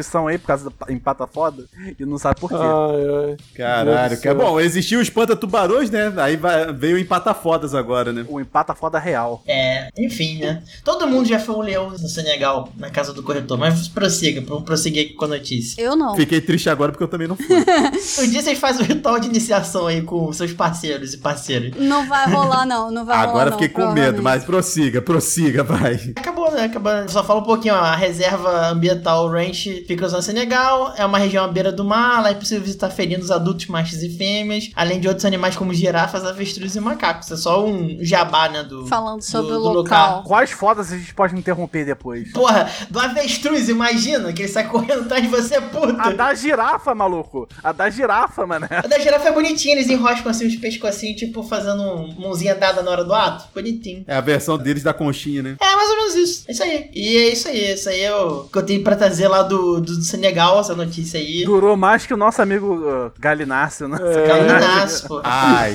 Speaker 5: causa do empata foda e não sabe por quê.
Speaker 1: Ai, ai.
Speaker 2: Caralho, cara. Bom, existiu o espanta-tubarões, né? Aí vai, veio o empata-fodas agora, né?
Speaker 5: O empata foda real.
Speaker 4: É, enfim, né? Todo mundo já foi um leão no Senegal, na casa do corretor, mas prossiga, vamos prosseguir aqui com a notícia.
Speaker 3: Eu não.
Speaker 2: Fiquei triste agora porque eu também não fui.
Speaker 4: Um dia vocês fazem um ritual de iniciação aí com seus parceiros e parceiras.
Speaker 3: Não vai rolar, não. Não vai rolar,
Speaker 2: Agora
Speaker 3: não,
Speaker 2: fiquei com medo, mas prossiga, prossiga, vai.
Speaker 4: Acabou, né? Acabou. Só fala um pouquinho, ó. A reserva ambiental Ranch fica no Senegal. É uma região à beira do mar. Lá é possível visitar felinos adultos, machos e fêmeas. Além de outros animais como girafas, avestruzes e macacos. É só um jabá, né? Do,
Speaker 3: Falando sobre
Speaker 4: do,
Speaker 3: o
Speaker 4: do
Speaker 3: local.
Speaker 5: Quais fodas a gente pode interromper depois?
Speaker 4: Porra, do avestruz, imagina que ele sai correndo atrás de você, puta.
Speaker 5: A da girafa, maluco. A da girafa, mano.
Speaker 4: A da girafa é bonitinha, eles enroscam assim os pescocinhos, tipo fazendo um, mãozinha dada na hora do ato. Bonitinho.
Speaker 2: É a versão deles da conchinha, né?
Speaker 4: É, mais ou menos isso. É isso aí. E é isso aí. Isso aí é o que eu tenho pra trazer lá do, do, do Senegal, essa notícia aí.
Speaker 5: Durou mais que o nosso amigo uh, Galinácio, né?
Speaker 1: É.
Speaker 4: Galinácio, pô.
Speaker 2: Ai.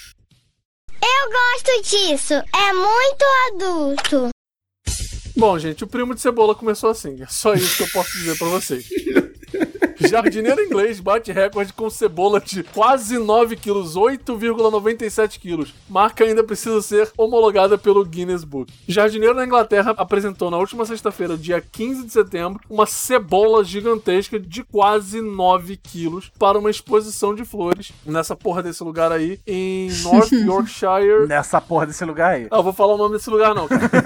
Speaker 8: Eu gosto disso. É muito adulto.
Speaker 1: Bom, gente, o primo de cebola começou assim. É só isso que eu posso dizer pra vocês. Jardineiro inglês bate recorde com cebola de quase nove quilos, oito vírgula noventa e sete quilos. Marca ainda precisa ser homologada pelo Guinness Book. Jardineiro na Inglaterra apresentou na última sexta-feira, dia quinze de setembro, uma cebola gigantesca de quase nove quilos para uma exposição de flores nessa porra desse lugar aí, em North Yorkshire.
Speaker 5: Nessa porra desse lugar aí.
Speaker 1: Ah, eu vou falar o nome desse lugar não, cara.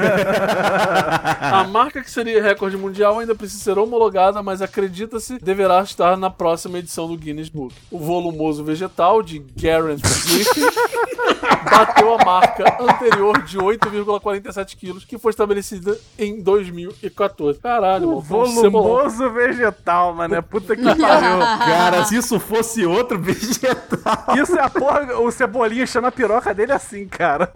Speaker 1: A marca que seria recorde mundial ainda precisa ser homologada, mas acredita-se deverá estar na próxima edição do Guinness Book. O volumoso vegetal de Gareth Griffin bateu a marca anterior de oito vírgula quarenta e sete quilos, que foi estabelecida em dois mil e quatorze. Caralho, mano.
Speaker 5: Volumoso vegetal, mano. É puta que pariu.
Speaker 2: Cara, se isso fosse outro vegetal.
Speaker 5: Isso é a porra, o Cebolinha chama a piroca dele assim, cara.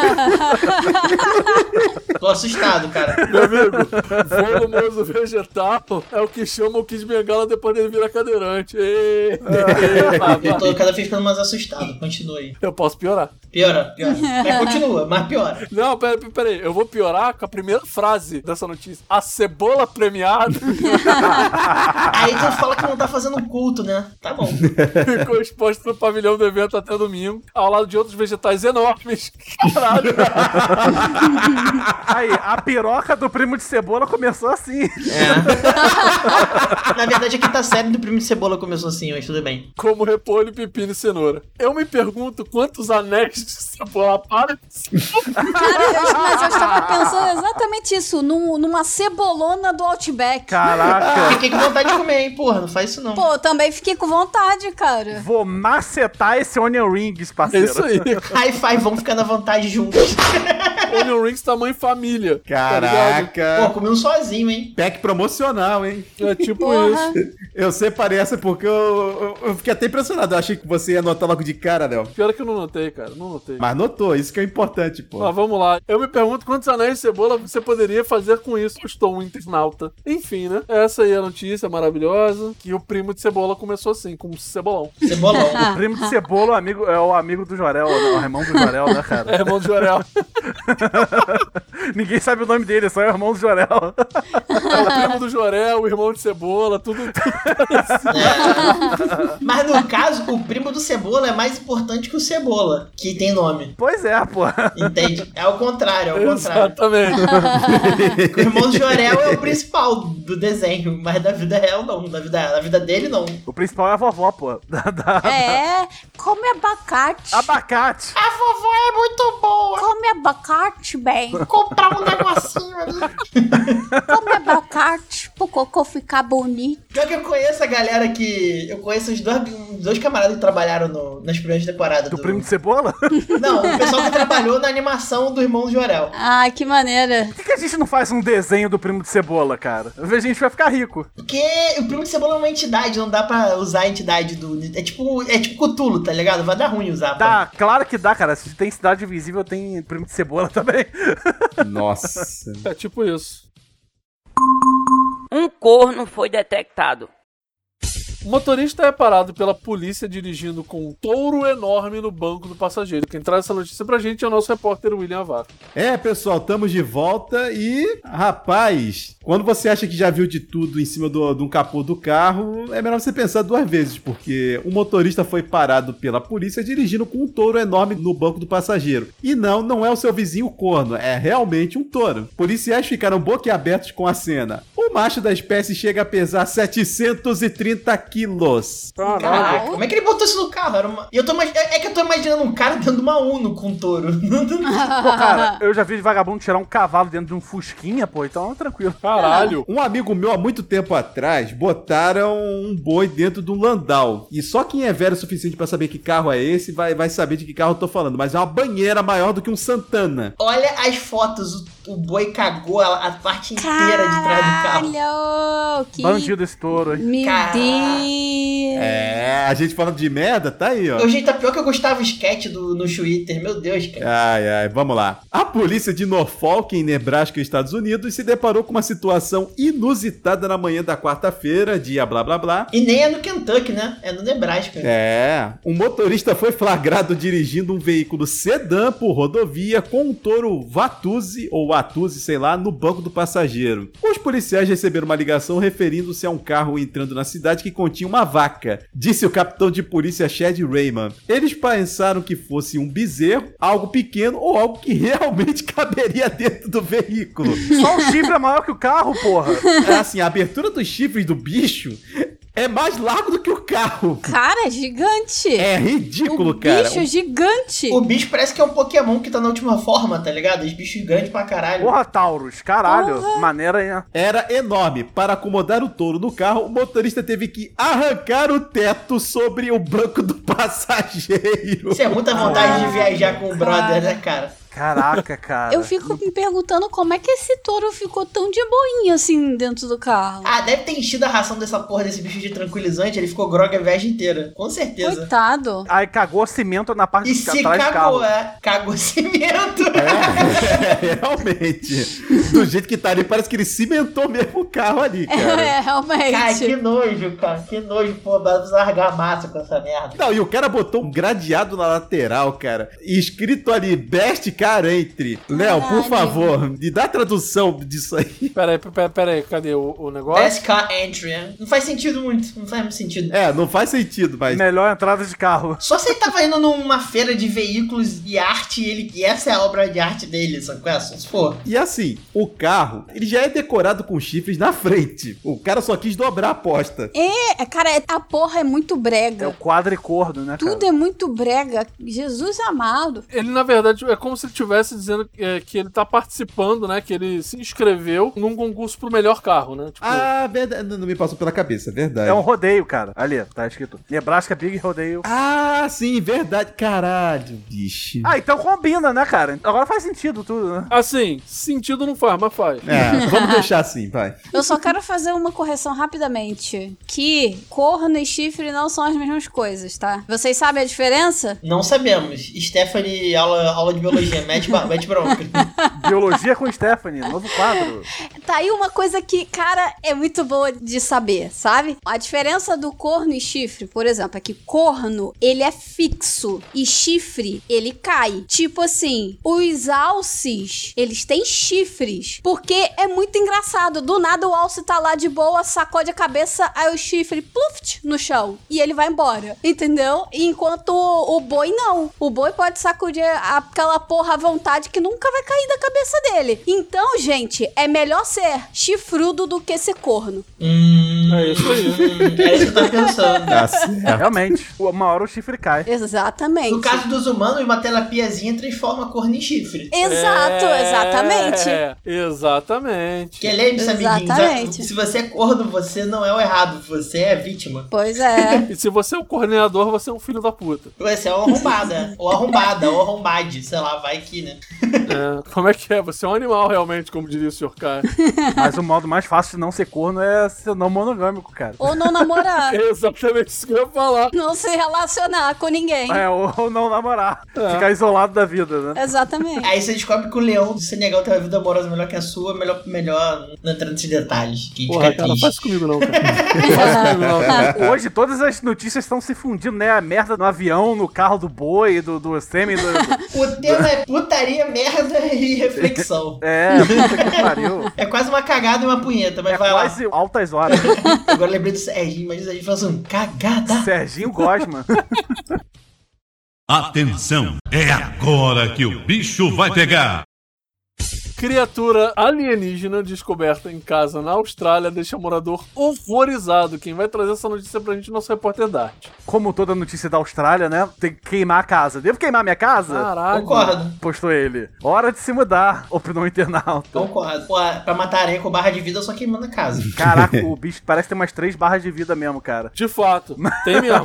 Speaker 4: Tô assustado, cara.
Speaker 1: Meu amigo, volumoso vegetal é o que chama o Kid Bengala depois dele virar cadeirante. Ei, ei,
Speaker 4: Eu tô cada vez ficando mais assustado. Continua aí.
Speaker 1: eu posso piorar.
Speaker 4: Piora, piora. Mas continua, mas piora.
Speaker 1: Não, peraí, peraí. Eu vou piorar com a primeira frase dessa notícia. A cebola premiada
Speaker 4: Aí tu fala que não tá fazendo culto, né? Tá bom.
Speaker 1: ficou exposta no pavilhão do evento até domingo, ao lado de outros vegetais enormes. Caralho.
Speaker 5: Aí, a piroca do primo de cebola começou assim.
Speaker 4: Na verdade, a quinta série do Primo de Cebola começou assim, mas tudo bem.
Speaker 1: Como repolho, pepino e cenoura. Eu me pergunto quantos anéis de cebola para.
Speaker 3: Cara, eu, mas eu estava pensando exatamente isso, num- numa cebolona do Outback.
Speaker 5: Caraca.
Speaker 4: Fiquei com vontade de comer, hein? Porra, não faz isso não.
Speaker 3: Pô, eu também fiquei com vontade, cara.
Speaker 5: Vou macetar esse onion rings,
Speaker 1: É
Speaker 5: parceiro.
Speaker 1: isso aí.
Speaker 4: High five, vamos ficar na vantagem juntos.
Speaker 1: Onion Rings tamanho família. Tá ligado?
Speaker 4: Pô,
Speaker 2: Caraca.
Speaker 4: comi um sozinho, hein?
Speaker 2: Pack promocional, hein?
Speaker 1: É tipo
Speaker 3: Porra.
Speaker 1: isso.
Speaker 2: Eu separei essa porque eu, eu, eu fiquei até impressionado. Eu achei que você ia anotar logo de cara, Léo.
Speaker 1: Pior é que eu não notei, cara. Não notei.
Speaker 2: Mas notou, isso que é importante, pô.
Speaker 1: Mas vamos lá. Eu me pergunto quantos anéis de cebola você poderia fazer com isso. Eu estou um internauta. Enfim, né? Essa aí é a notícia maravilhosa. Que o primo de cebola começou assim, com um cebolão.
Speaker 4: Cebolão.
Speaker 5: O primo de cebola é o amigo, é o amigo do Jorel, né? O irmão do Jorel, né,
Speaker 1: É
Speaker 5: cara?
Speaker 1: irmão de Jorel.
Speaker 5: Ninguém sabe o nome dele, é só o irmão do Jorel.
Speaker 1: É o primo do Jorel, o irmão de cebola, tudo. tudo.
Speaker 4: É. Mas no caso, o primo do Cebola é mais importante que o Cebola, que tem nome.
Speaker 5: Pois é, pô.
Speaker 4: Entende? É o contrário, é o contrário.
Speaker 1: Exatamente.
Speaker 4: O irmão do Jorel é o principal do desenho, mas da vida real não. Da vida, da vida dele não.
Speaker 5: O principal é a vovó, pô. Da, da-
Speaker 3: É, come abacate.
Speaker 5: Abacate.
Speaker 4: A vovó é muito boa.
Speaker 3: Come abacate, bem.
Speaker 4: Comprar um negocinho ali.
Speaker 3: Come abacate pro cocô ficar bonito.
Speaker 4: Pior que eu conheço a galera que... Eu conheço os dois, dois camaradas que trabalharam no, nas primeiras temporadas
Speaker 5: Do
Speaker 4: do...
Speaker 5: primo de cebola?
Speaker 4: Não, o pessoal que trabalhou na animação do irmão do Jorel.
Speaker 3: Ai, que maneira.
Speaker 5: Por que, que a gente não faz um desenho do primo de cebola, cara? A gente vai ficar rico.
Speaker 4: Porque o primo de Cebola é uma entidade, não dá pra usar a entidade do... É tipo, é tipo Cthulhu, tá ligado? Vai dar ruim usar.
Speaker 5: Dá, claro que dá, cara. Se tem cidade invisível, tem primo de cebola também.
Speaker 2: Nossa.
Speaker 1: É tipo isso.
Speaker 9: Um corno foi detectado.
Speaker 1: O motorista é parado pela polícia dirigindo com um touro enorme no banco do passageiro. Quem traz essa notícia pra gente é o nosso repórter William Avaco.
Speaker 2: É, pessoal, estamos de volta e, rapaz, quando você acha que já viu de tudo em cima do, de um capô do carro, é melhor você pensar duas vezes, porque o motorista foi parado pela polícia dirigindo com um touro enorme no banco do passageiro. E não, não é o seu vizinho corno, é realmente um touro. Policiais ficaram boquiabertos com a cena. O macho da espécie chega a pesar setecentos e trinta quilos.
Speaker 4: Caraca, como é que ele botou isso no carro? Era uma... eu tô imag... É que eu tô imaginando um cara dando uma Uno com um touro.
Speaker 5: Pô, cara, eu já vi de vagabundo tirar um cavalo dentro de um fusquinha, pô, então tranquilo.
Speaker 1: Caralho.
Speaker 2: Um amigo meu, há muito tempo atrás, botaram um boi dentro de um Landau. E só quem é velho o suficiente pra saber que carro é esse vai, vai saber de que carro eu tô falando. Mas é uma banheira maior do que um Santana.
Speaker 4: Olha as fotos, o, o boi cagou a, a parte inteira de trás do carro.
Speaker 3: Caralho, que...
Speaker 5: Bandido esse touro, hein?
Speaker 3: Meu
Speaker 4: Caraca.
Speaker 3: Deus.
Speaker 2: É, a gente falando de merda, tá aí, ó.
Speaker 4: O jeito tá pior que eu gostava o sketch do, no Twitter, meu Deus, cara.
Speaker 2: Ai, ai, vamos lá. A polícia de Norfolk, em Nebraska, Estados Unidos, se deparou com uma situação inusitada na manhã da quarta-feira, dia blá blá blá.
Speaker 4: E nem é no Kentucky, né? É no Nebraska.
Speaker 2: É, um motorista foi flagrado dirigindo um veículo sedã por rodovia com um touro Vatuzzi, ou Vatuzzi, sei lá, no banco do passageiro. Os policiais receberam uma ligação referindo-se a um carro entrando na cidade que continha uma vaca, disse o capitão de polícia Chad Raymond. Eles pensaram que fosse um bezerro, algo pequeno ou algo que realmente caberia dentro do veículo.
Speaker 5: Só o chifre é maior que o carro, porra.
Speaker 2: É assim, a abertura dos chifres do bicho é mais largo do que o carro.
Speaker 3: Cara, é gigante.
Speaker 2: É ridículo,
Speaker 3: o
Speaker 2: cara.
Speaker 3: bicho é gigante.
Speaker 4: O bicho parece que é um Pokémon que tá na última forma, tá ligado? Os bichos gigantes pra caralho.
Speaker 5: Porra, Taurus, caralho.
Speaker 3: Porra.
Speaker 5: Maneira, hein?
Speaker 2: Era enorme. Para acomodar o touro no carro, o motorista teve que arrancar o teto sobre o banco do passageiro.
Speaker 4: Isso é muita vontade
Speaker 3: Ah,
Speaker 4: de viajar com o brother,
Speaker 3: cara.
Speaker 4: né, cara?
Speaker 5: Caraca, cara.
Speaker 3: Eu fico me perguntando como é que esse touro ficou tão de boinha assim dentro do carro.
Speaker 4: Ah, deve ter enchido a ração dessa porra desse bicho de tranquilizante, ele ficou grogue a viagem inteira. Com certeza.
Speaker 3: Coitado.
Speaker 5: Aí cagou cimento na parte
Speaker 4: E
Speaker 5: de
Speaker 4: se
Speaker 5: trás do carro.
Speaker 4: cagou, é. Cagou cimento.
Speaker 2: É, realmente. Do jeito que tá ali, parece que ele cimentou mesmo o carro ali, cara.
Speaker 3: É, realmente.
Speaker 4: Cara, que nojo, cara. Que nojo, pô. Vai largar massa com essa merda.
Speaker 2: Não, e o cara botou um gradeado na lateral, cara. E escrito ali, best car entry. Léo, por
Speaker 3: Caralho.
Speaker 2: favor, me dá a tradução disso aí.
Speaker 1: Pera aí, pera, pera aí, cadê o, o negócio?
Speaker 4: Best car entry, né? Não faz sentido muito. Não faz muito sentido.
Speaker 2: É, não faz sentido, mas...
Speaker 5: Melhor entrada de carro.
Speaker 4: Só se ele tava indo numa feira de veículos e arte e, ele, e essa é a obra de arte dele, sabe? Só se for.
Speaker 2: E assim, o carro, ele já é decorado com chifres na frente. O cara só quis dobrar a aposta.
Speaker 3: É, cara, é- a porra é muito
Speaker 5: É o
Speaker 3: brega.
Speaker 5: quadricorno, né, cara?
Speaker 3: Tudo é muito brega. Jesus amado.
Speaker 1: Ele, na verdade, é como se ele estivesse dizendo é, que ele tá participando, né? Que ele se inscreveu num concurso pro melhor carro, né? Tipo,
Speaker 2: Ah, verdade. Não, não me passou pela cabeça, verdade.
Speaker 5: É um rodeio, cara. Ali, tá escrito. Nebraska Big Rodeio.
Speaker 2: Ah, sim, verdade. Caralho, bicho.
Speaker 5: Ah, então combina, né, cara? Agora faz sentido tudo, né?
Speaker 1: assim, sentido não faz, mas faz.
Speaker 2: É, vamos deixar assim, vai.
Speaker 3: Eu só quero fazer uma correção rapidamente. Que corno e chifre não são as mesmas coisas, tá? Vocês sabem a diferença?
Speaker 4: Não sabemos. Stephanie, aula, aula de biologia, mete, ba- mete bronca.
Speaker 5: Biologia com Stephanie, novo quadro.
Speaker 3: Tá aí uma coisa que, cara, é muito boa de saber, sabe? A diferença do corno e chifre, por exemplo, é que corno, ele é fixo e chifre, ele cai. Tipo assim, os alces, eles têm chifres, porque é muito engraçado. Do nada o alce tá lá de boa, sacode a cabeça, aí o chifre, pluft, no chão, e ele vai embora, entendeu? Enquanto o, o boi não. O boi pode sacudir aquela porra à vontade que nunca vai cair da cabeça dele. Então, gente, é melhor ser chifrudo do que ser corno.
Speaker 4: Hum,
Speaker 1: É isso aí.
Speaker 4: é isso que eu tava pensando.
Speaker 2: Tá certo.
Speaker 5: Realmente, uma hora o chifre cai.
Speaker 3: Exatamente.
Speaker 4: No caso dos humanos, uma terapiazinha transforma corno em chifre.
Speaker 3: Exato,
Speaker 1: É,
Speaker 3: exatamente.
Speaker 1: Exatamente.
Speaker 4: Que lembre-se, amiguinhos,
Speaker 3: Exatamente.
Speaker 4: se você é corno, você não é o errado, você é a vítima.
Speaker 3: Pois é.
Speaker 1: E se você é o coordenador, você é um filho da puta.
Speaker 4: Você é uma arrombada, ou arrombada, ou arrombade, sei lá, vai que, né?
Speaker 1: É, como é que é? Você é um animal, realmente, como diria o senhor Caio.
Speaker 5: Mas o modo mais fácil de não ser corno é ser não monogâmico. monogâmico, cara.
Speaker 3: Ou não namorar.
Speaker 1: É exatamente isso que eu ia falar.
Speaker 3: Não se relacionar com ninguém.
Speaker 5: É, ou, ou não namorar. É. Ficar isolado da vida, né?
Speaker 3: Exatamente.
Speaker 4: Aí você descobre que o leão do Senegal tem uma vida amorosa melhor que a sua, melhor, melhor não entrando nesses detalhes. Que
Speaker 1: Porra, cara, não faz isso comigo não, cara. Não faz comigo não, cara.
Speaker 5: Hoje todas as notícias estão se fundindo, né? A merda no avião, no carro do boi, do, do sêmen, do...
Speaker 4: O tema é putaria, merda e reflexão.
Speaker 5: É, puta que pariu.
Speaker 4: É quase uma cagada e uma punheta, mas
Speaker 5: é
Speaker 4: vai
Speaker 5: quase
Speaker 4: lá.
Speaker 5: altas horas.
Speaker 4: Agora eu lembrei do Serginho, mas o Serginho falou assim, cagada.
Speaker 5: Serginho Gosma.
Speaker 7: Atenção, é agora que o bicho vai pegar.
Speaker 1: Criatura alienígena descoberta em casa na Austrália deixa morador horrorizado. Quem vai trazer essa notícia pra gente é o nosso repórter Dart.
Speaker 5: Como toda notícia da Austrália, né? Tem que queimar a casa. Devo queimar minha casa?
Speaker 1: Caralho.
Speaker 4: Concordo.
Speaker 5: Postou ele. Hora de se mudar. Opinou o internauta.
Speaker 4: Concordo. Pô, pra matar aranha com barra de vida, eu só queimando a casa.
Speaker 5: Caraca, o bicho parece ter umas três barras de vida mesmo, cara.
Speaker 1: De fato. Tem mesmo.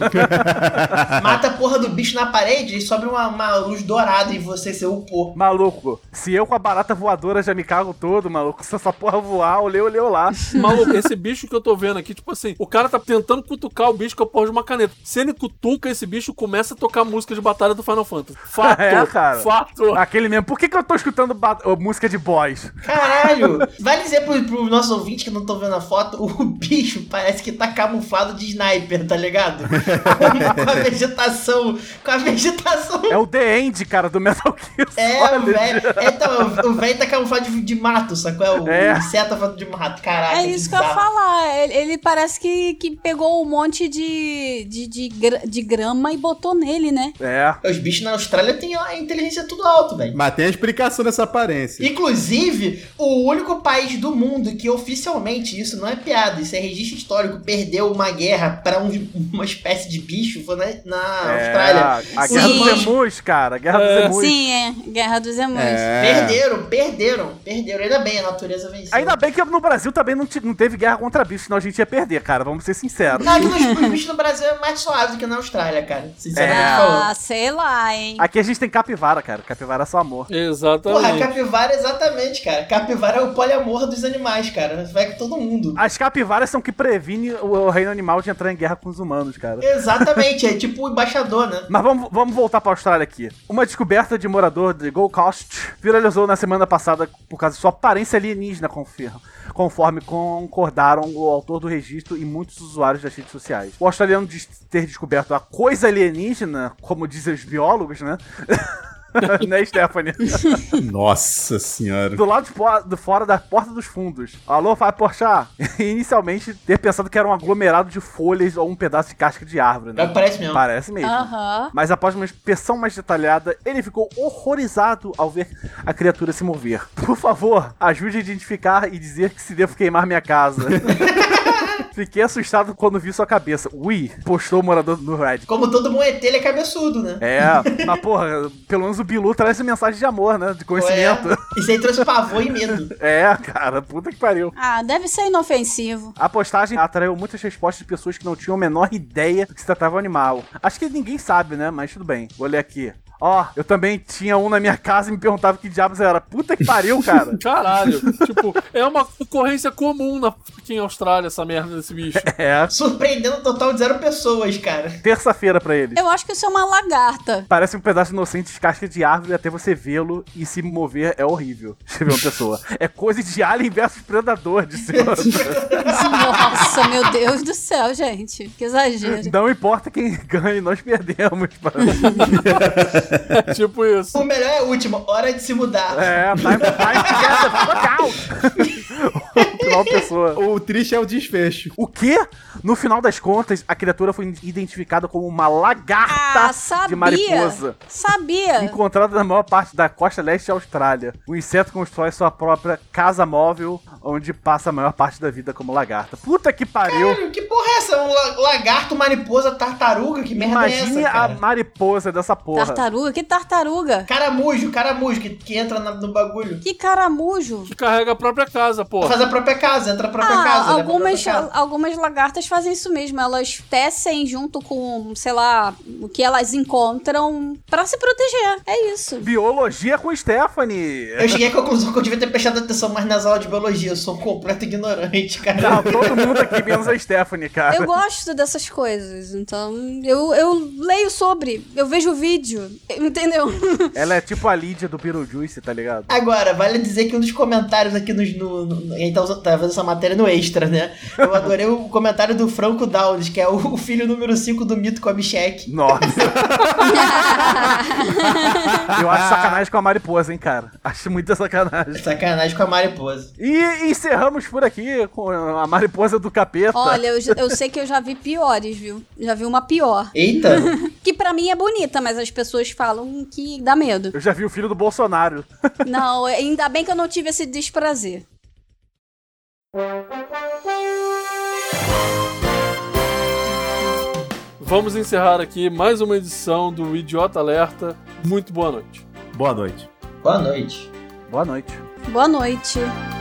Speaker 4: Mata a porra do bicho na parede e sobe uma, uma luz dourada em você, seu upor.
Speaker 5: Maluco, se eu com a barata voadora já me cago todo, maluco. Se essa porra voar, olhei, olhei lá.
Speaker 1: Maluco, esse bicho que eu tô vendo aqui, tipo assim, o cara tá tentando cutucar o bicho com a porra de uma caneta. Se ele cutuca, esse bicho começa a tocar música de batalha do Final Fantasy. Fato,
Speaker 5: é, cara.
Speaker 1: Fato.
Speaker 5: Aquele mesmo. Por que que eu tô escutando ba- música de boss?
Speaker 4: Caralho. Vai dizer pro, pro nosso ouvinte que não tô vendo a foto, o bicho parece que tá camuflado de sniper, tá ligado? Com, com a vegetação, com a vegetação.
Speaker 5: É o The End, cara, do Metal Gear
Speaker 4: É, o velho. Então, o velho tá camuflado de, de mato, sacou? O
Speaker 5: É.
Speaker 4: inseto tá falando de mato, caralho.
Speaker 3: É isso que eu ia falar. Ele, ele parece que, que pegou um monte de, de, de, gra- de grama e botou nele, né?
Speaker 5: É.
Speaker 4: Os bichos na Austrália têm a inteligência tudo alto, velho.
Speaker 2: Mas tem a explicação dessa aparência.
Speaker 4: Inclusive, o único país do mundo que oficialmente, isso não é piada, isso é registro histórico, perdeu uma guerra pra um, uma espécie de bicho foi na, na
Speaker 5: É,
Speaker 4: Austrália.
Speaker 5: a
Speaker 4: Sim.
Speaker 5: Guerra dos Emus, cara. A Guerra dos Emus.
Speaker 3: Sim, é. Guerra dos Emus.
Speaker 2: É.
Speaker 4: Perderam, perderam, perderam. Ainda bem, a natureza venceu.
Speaker 5: Ainda bem que no Brasil também não, te- não teve guerra contra bicho, senão a gente ia perder, cara. Vamos ser sinceros.
Speaker 4: Não, aqui nos, os bichos no Brasil é mais suave do que na Austrália, cara. Sinceramente
Speaker 5: É.
Speaker 4: falando.
Speaker 3: Ah, sei lá, hein?
Speaker 5: Aqui a gente tem capivara, cara. Capivara é só amor.
Speaker 1: Exatamente.
Speaker 4: Porra, capivara, exatamente, cara. Capivara é o poliamor dos animais, cara. Vai com todo mundo.
Speaker 5: As capivaras são que previnem o, o reino animal de entrar em guerra com os humanos, cara.
Speaker 4: Exatamente, é tipo o embaixador, né?
Speaker 5: Mas vamos, vamos voltar pra Austrália aqui. Uma descoberta de morador de Gold Coast viralizou na semana passada por causa de sua aparência alienígena, confirma, conforme concordaram o autor do registro e muitos usuários das redes sociais. O australiano diz ter descoberto a coisa alienígena, como dizem os biólogos, né? Né, Stephanie?
Speaker 2: Nossa senhora.
Speaker 5: Do lado de, po- de fora da porta dos fundos. Alô, vai Porchat? Inicialmente, ter pensado que era um aglomerado de folhas ou um pedaço de casca de árvore, né?
Speaker 4: É o que parece mesmo.
Speaker 5: Parece mesmo.
Speaker 3: Aham.
Speaker 5: Mas após uma inspeção mais detalhada, ele ficou horrorizado ao ver a criatura se mover. Por favor, ajude a identificar e dizer que se devo queimar minha casa. Fiquei assustado quando vi sua cabeça. Ui, postou o morador no Reddit.
Speaker 4: Como todo bom E T, ele é cabeçudo, né?
Speaker 5: É, mas porra, pelo menos o Bilu traz mensagem de amor, né? De conhecimento.
Speaker 4: É. Isso aí trouxe pavor e medo.
Speaker 5: É, cara, puta que pariu.
Speaker 3: Ah, deve ser inofensivo.
Speaker 5: A postagem atraiu muitas respostas de pessoas que não tinham a menor ideia do que se tratava o animal. Acho que ninguém sabe, né? Mas tudo bem. Vou ler aqui. Ó, eu também tinha um na minha casa e me perguntava que diabos era. Puta que pariu, cara.
Speaker 1: Caralho. Tipo, é uma ocorrência comum na fucking Austrália, essa merda desse bicho.
Speaker 5: É,
Speaker 4: Surpreendendo um total de zero pessoas, cara.
Speaker 5: terça-feira pra eles.
Speaker 3: Eu acho que isso é uma lagarta.
Speaker 5: Parece um pedaço inocente de casca de árvore até você vê-lo e se mover é horrível. Escreveu uma pessoa. É coisa de Alien versus Predador, disse outra.
Speaker 3: Nossa, meu Deus do céu, gente. Que exagero.
Speaker 5: Não importa quem ganhe, nós perdemos.
Speaker 1: É tipo isso.
Speaker 4: O melhor é o último, hora de se mudar.
Speaker 5: É, time, time together, look out! Final pessoa.
Speaker 2: O triste é o desfecho.
Speaker 5: O quê? No final das contas, a criatura foi identificada como uma lagarta
Speaker 3: Ah, sabia.
Speaker 5: de mariposa.
Speaker 3: Sabia.
Speaker 5: Encontrada na maior parte da costa leste da Austrália. O inseto constrói sua própria casa móvel, onde passa a maior parte da vida como lagarta. Puta que pariu!
Speaker 4: Caralho, que porra é essa? Um la- lagarto, mariposa, tartaruga? Que merda
Speaker 5: Imagine
Speaker 4: é essa,
Speaker 5: a
Speaker 4: cara?
Speaker 5: mariposa dessa porra.
Speaker 3: Tartaruga? Que tartaruga?
Speaker 4: Caramujo, caramujo, que, que entra na- no bagulho.
Speaker 3: Que caramujo.
Speaker 1: Que carrega a própria casa,
Speaker 4: Pra
Speaker 1: porra.
Speaker 4: fazer a própria casa, entra na própria
Speaker 3: ah,
Speaker 4: casa.
Speaker 3: Algumas,
Speaker 4: casa.
Speaker 3: algumas lagartas fazem isso mesmo. Elas tecem junto com, sei lá, o que elas encontram pra se proteger. É isso.
Speaker 5: Biologia com Stephanie.
Speaker 4: Eu cheguei à conclusão que eu devia ter prestado atenção mais nas aulas de biologia. Eu sou um completo ignorante, cara.
Speaker 5: Não, todo mundo aqui menos a Stephanie, cara.
Speaker 3: Eu gosto dessas coisas, então eu, eu leio sobre, eu vejo o vídeo, entendeu?
Speaker 5: Ela é tipo a Lídia do Beetlejuice, tá ligado?
Speaker 4: Agora, vale dizer que um dos comentários aqui nos, no, no, a gente tá fazendo essa matéria no Extra, né? Eu adorei o comentário do Franco Downes, que é o filho número cinco do mito com a Michelle.
Speaker 5: Nossa. Eu acho sacanagem com a mariposa, hein, cara. Acho muita sacanagem.
Speaker 4: Sacanagem com a mariposa.
Speaker 5: E encerramos por aqui com a mariposa do capeta.
Speaker 3: Olha, eu, eu sei que eu já vi piores, viu? Já vi uma pior.
Speaker 4: Eita!
Speaker 3: Que pra mim é bonita, mas as pessoas falam que dá medo.
Speaker 5: Eu já vi o filho do Bolsonaro.
Speaker 3: Não, ainda bem que eu não tive esse desprazer.
Speaker 1: Vamos encerrar aqui mais uma edição do Idiota Alerta. Muito boa noite.
Speaker 2: Boa noite.
Speaker 4: Boa noite.
Speaker 5: Boa noite.
Speaker 3: Boa noite.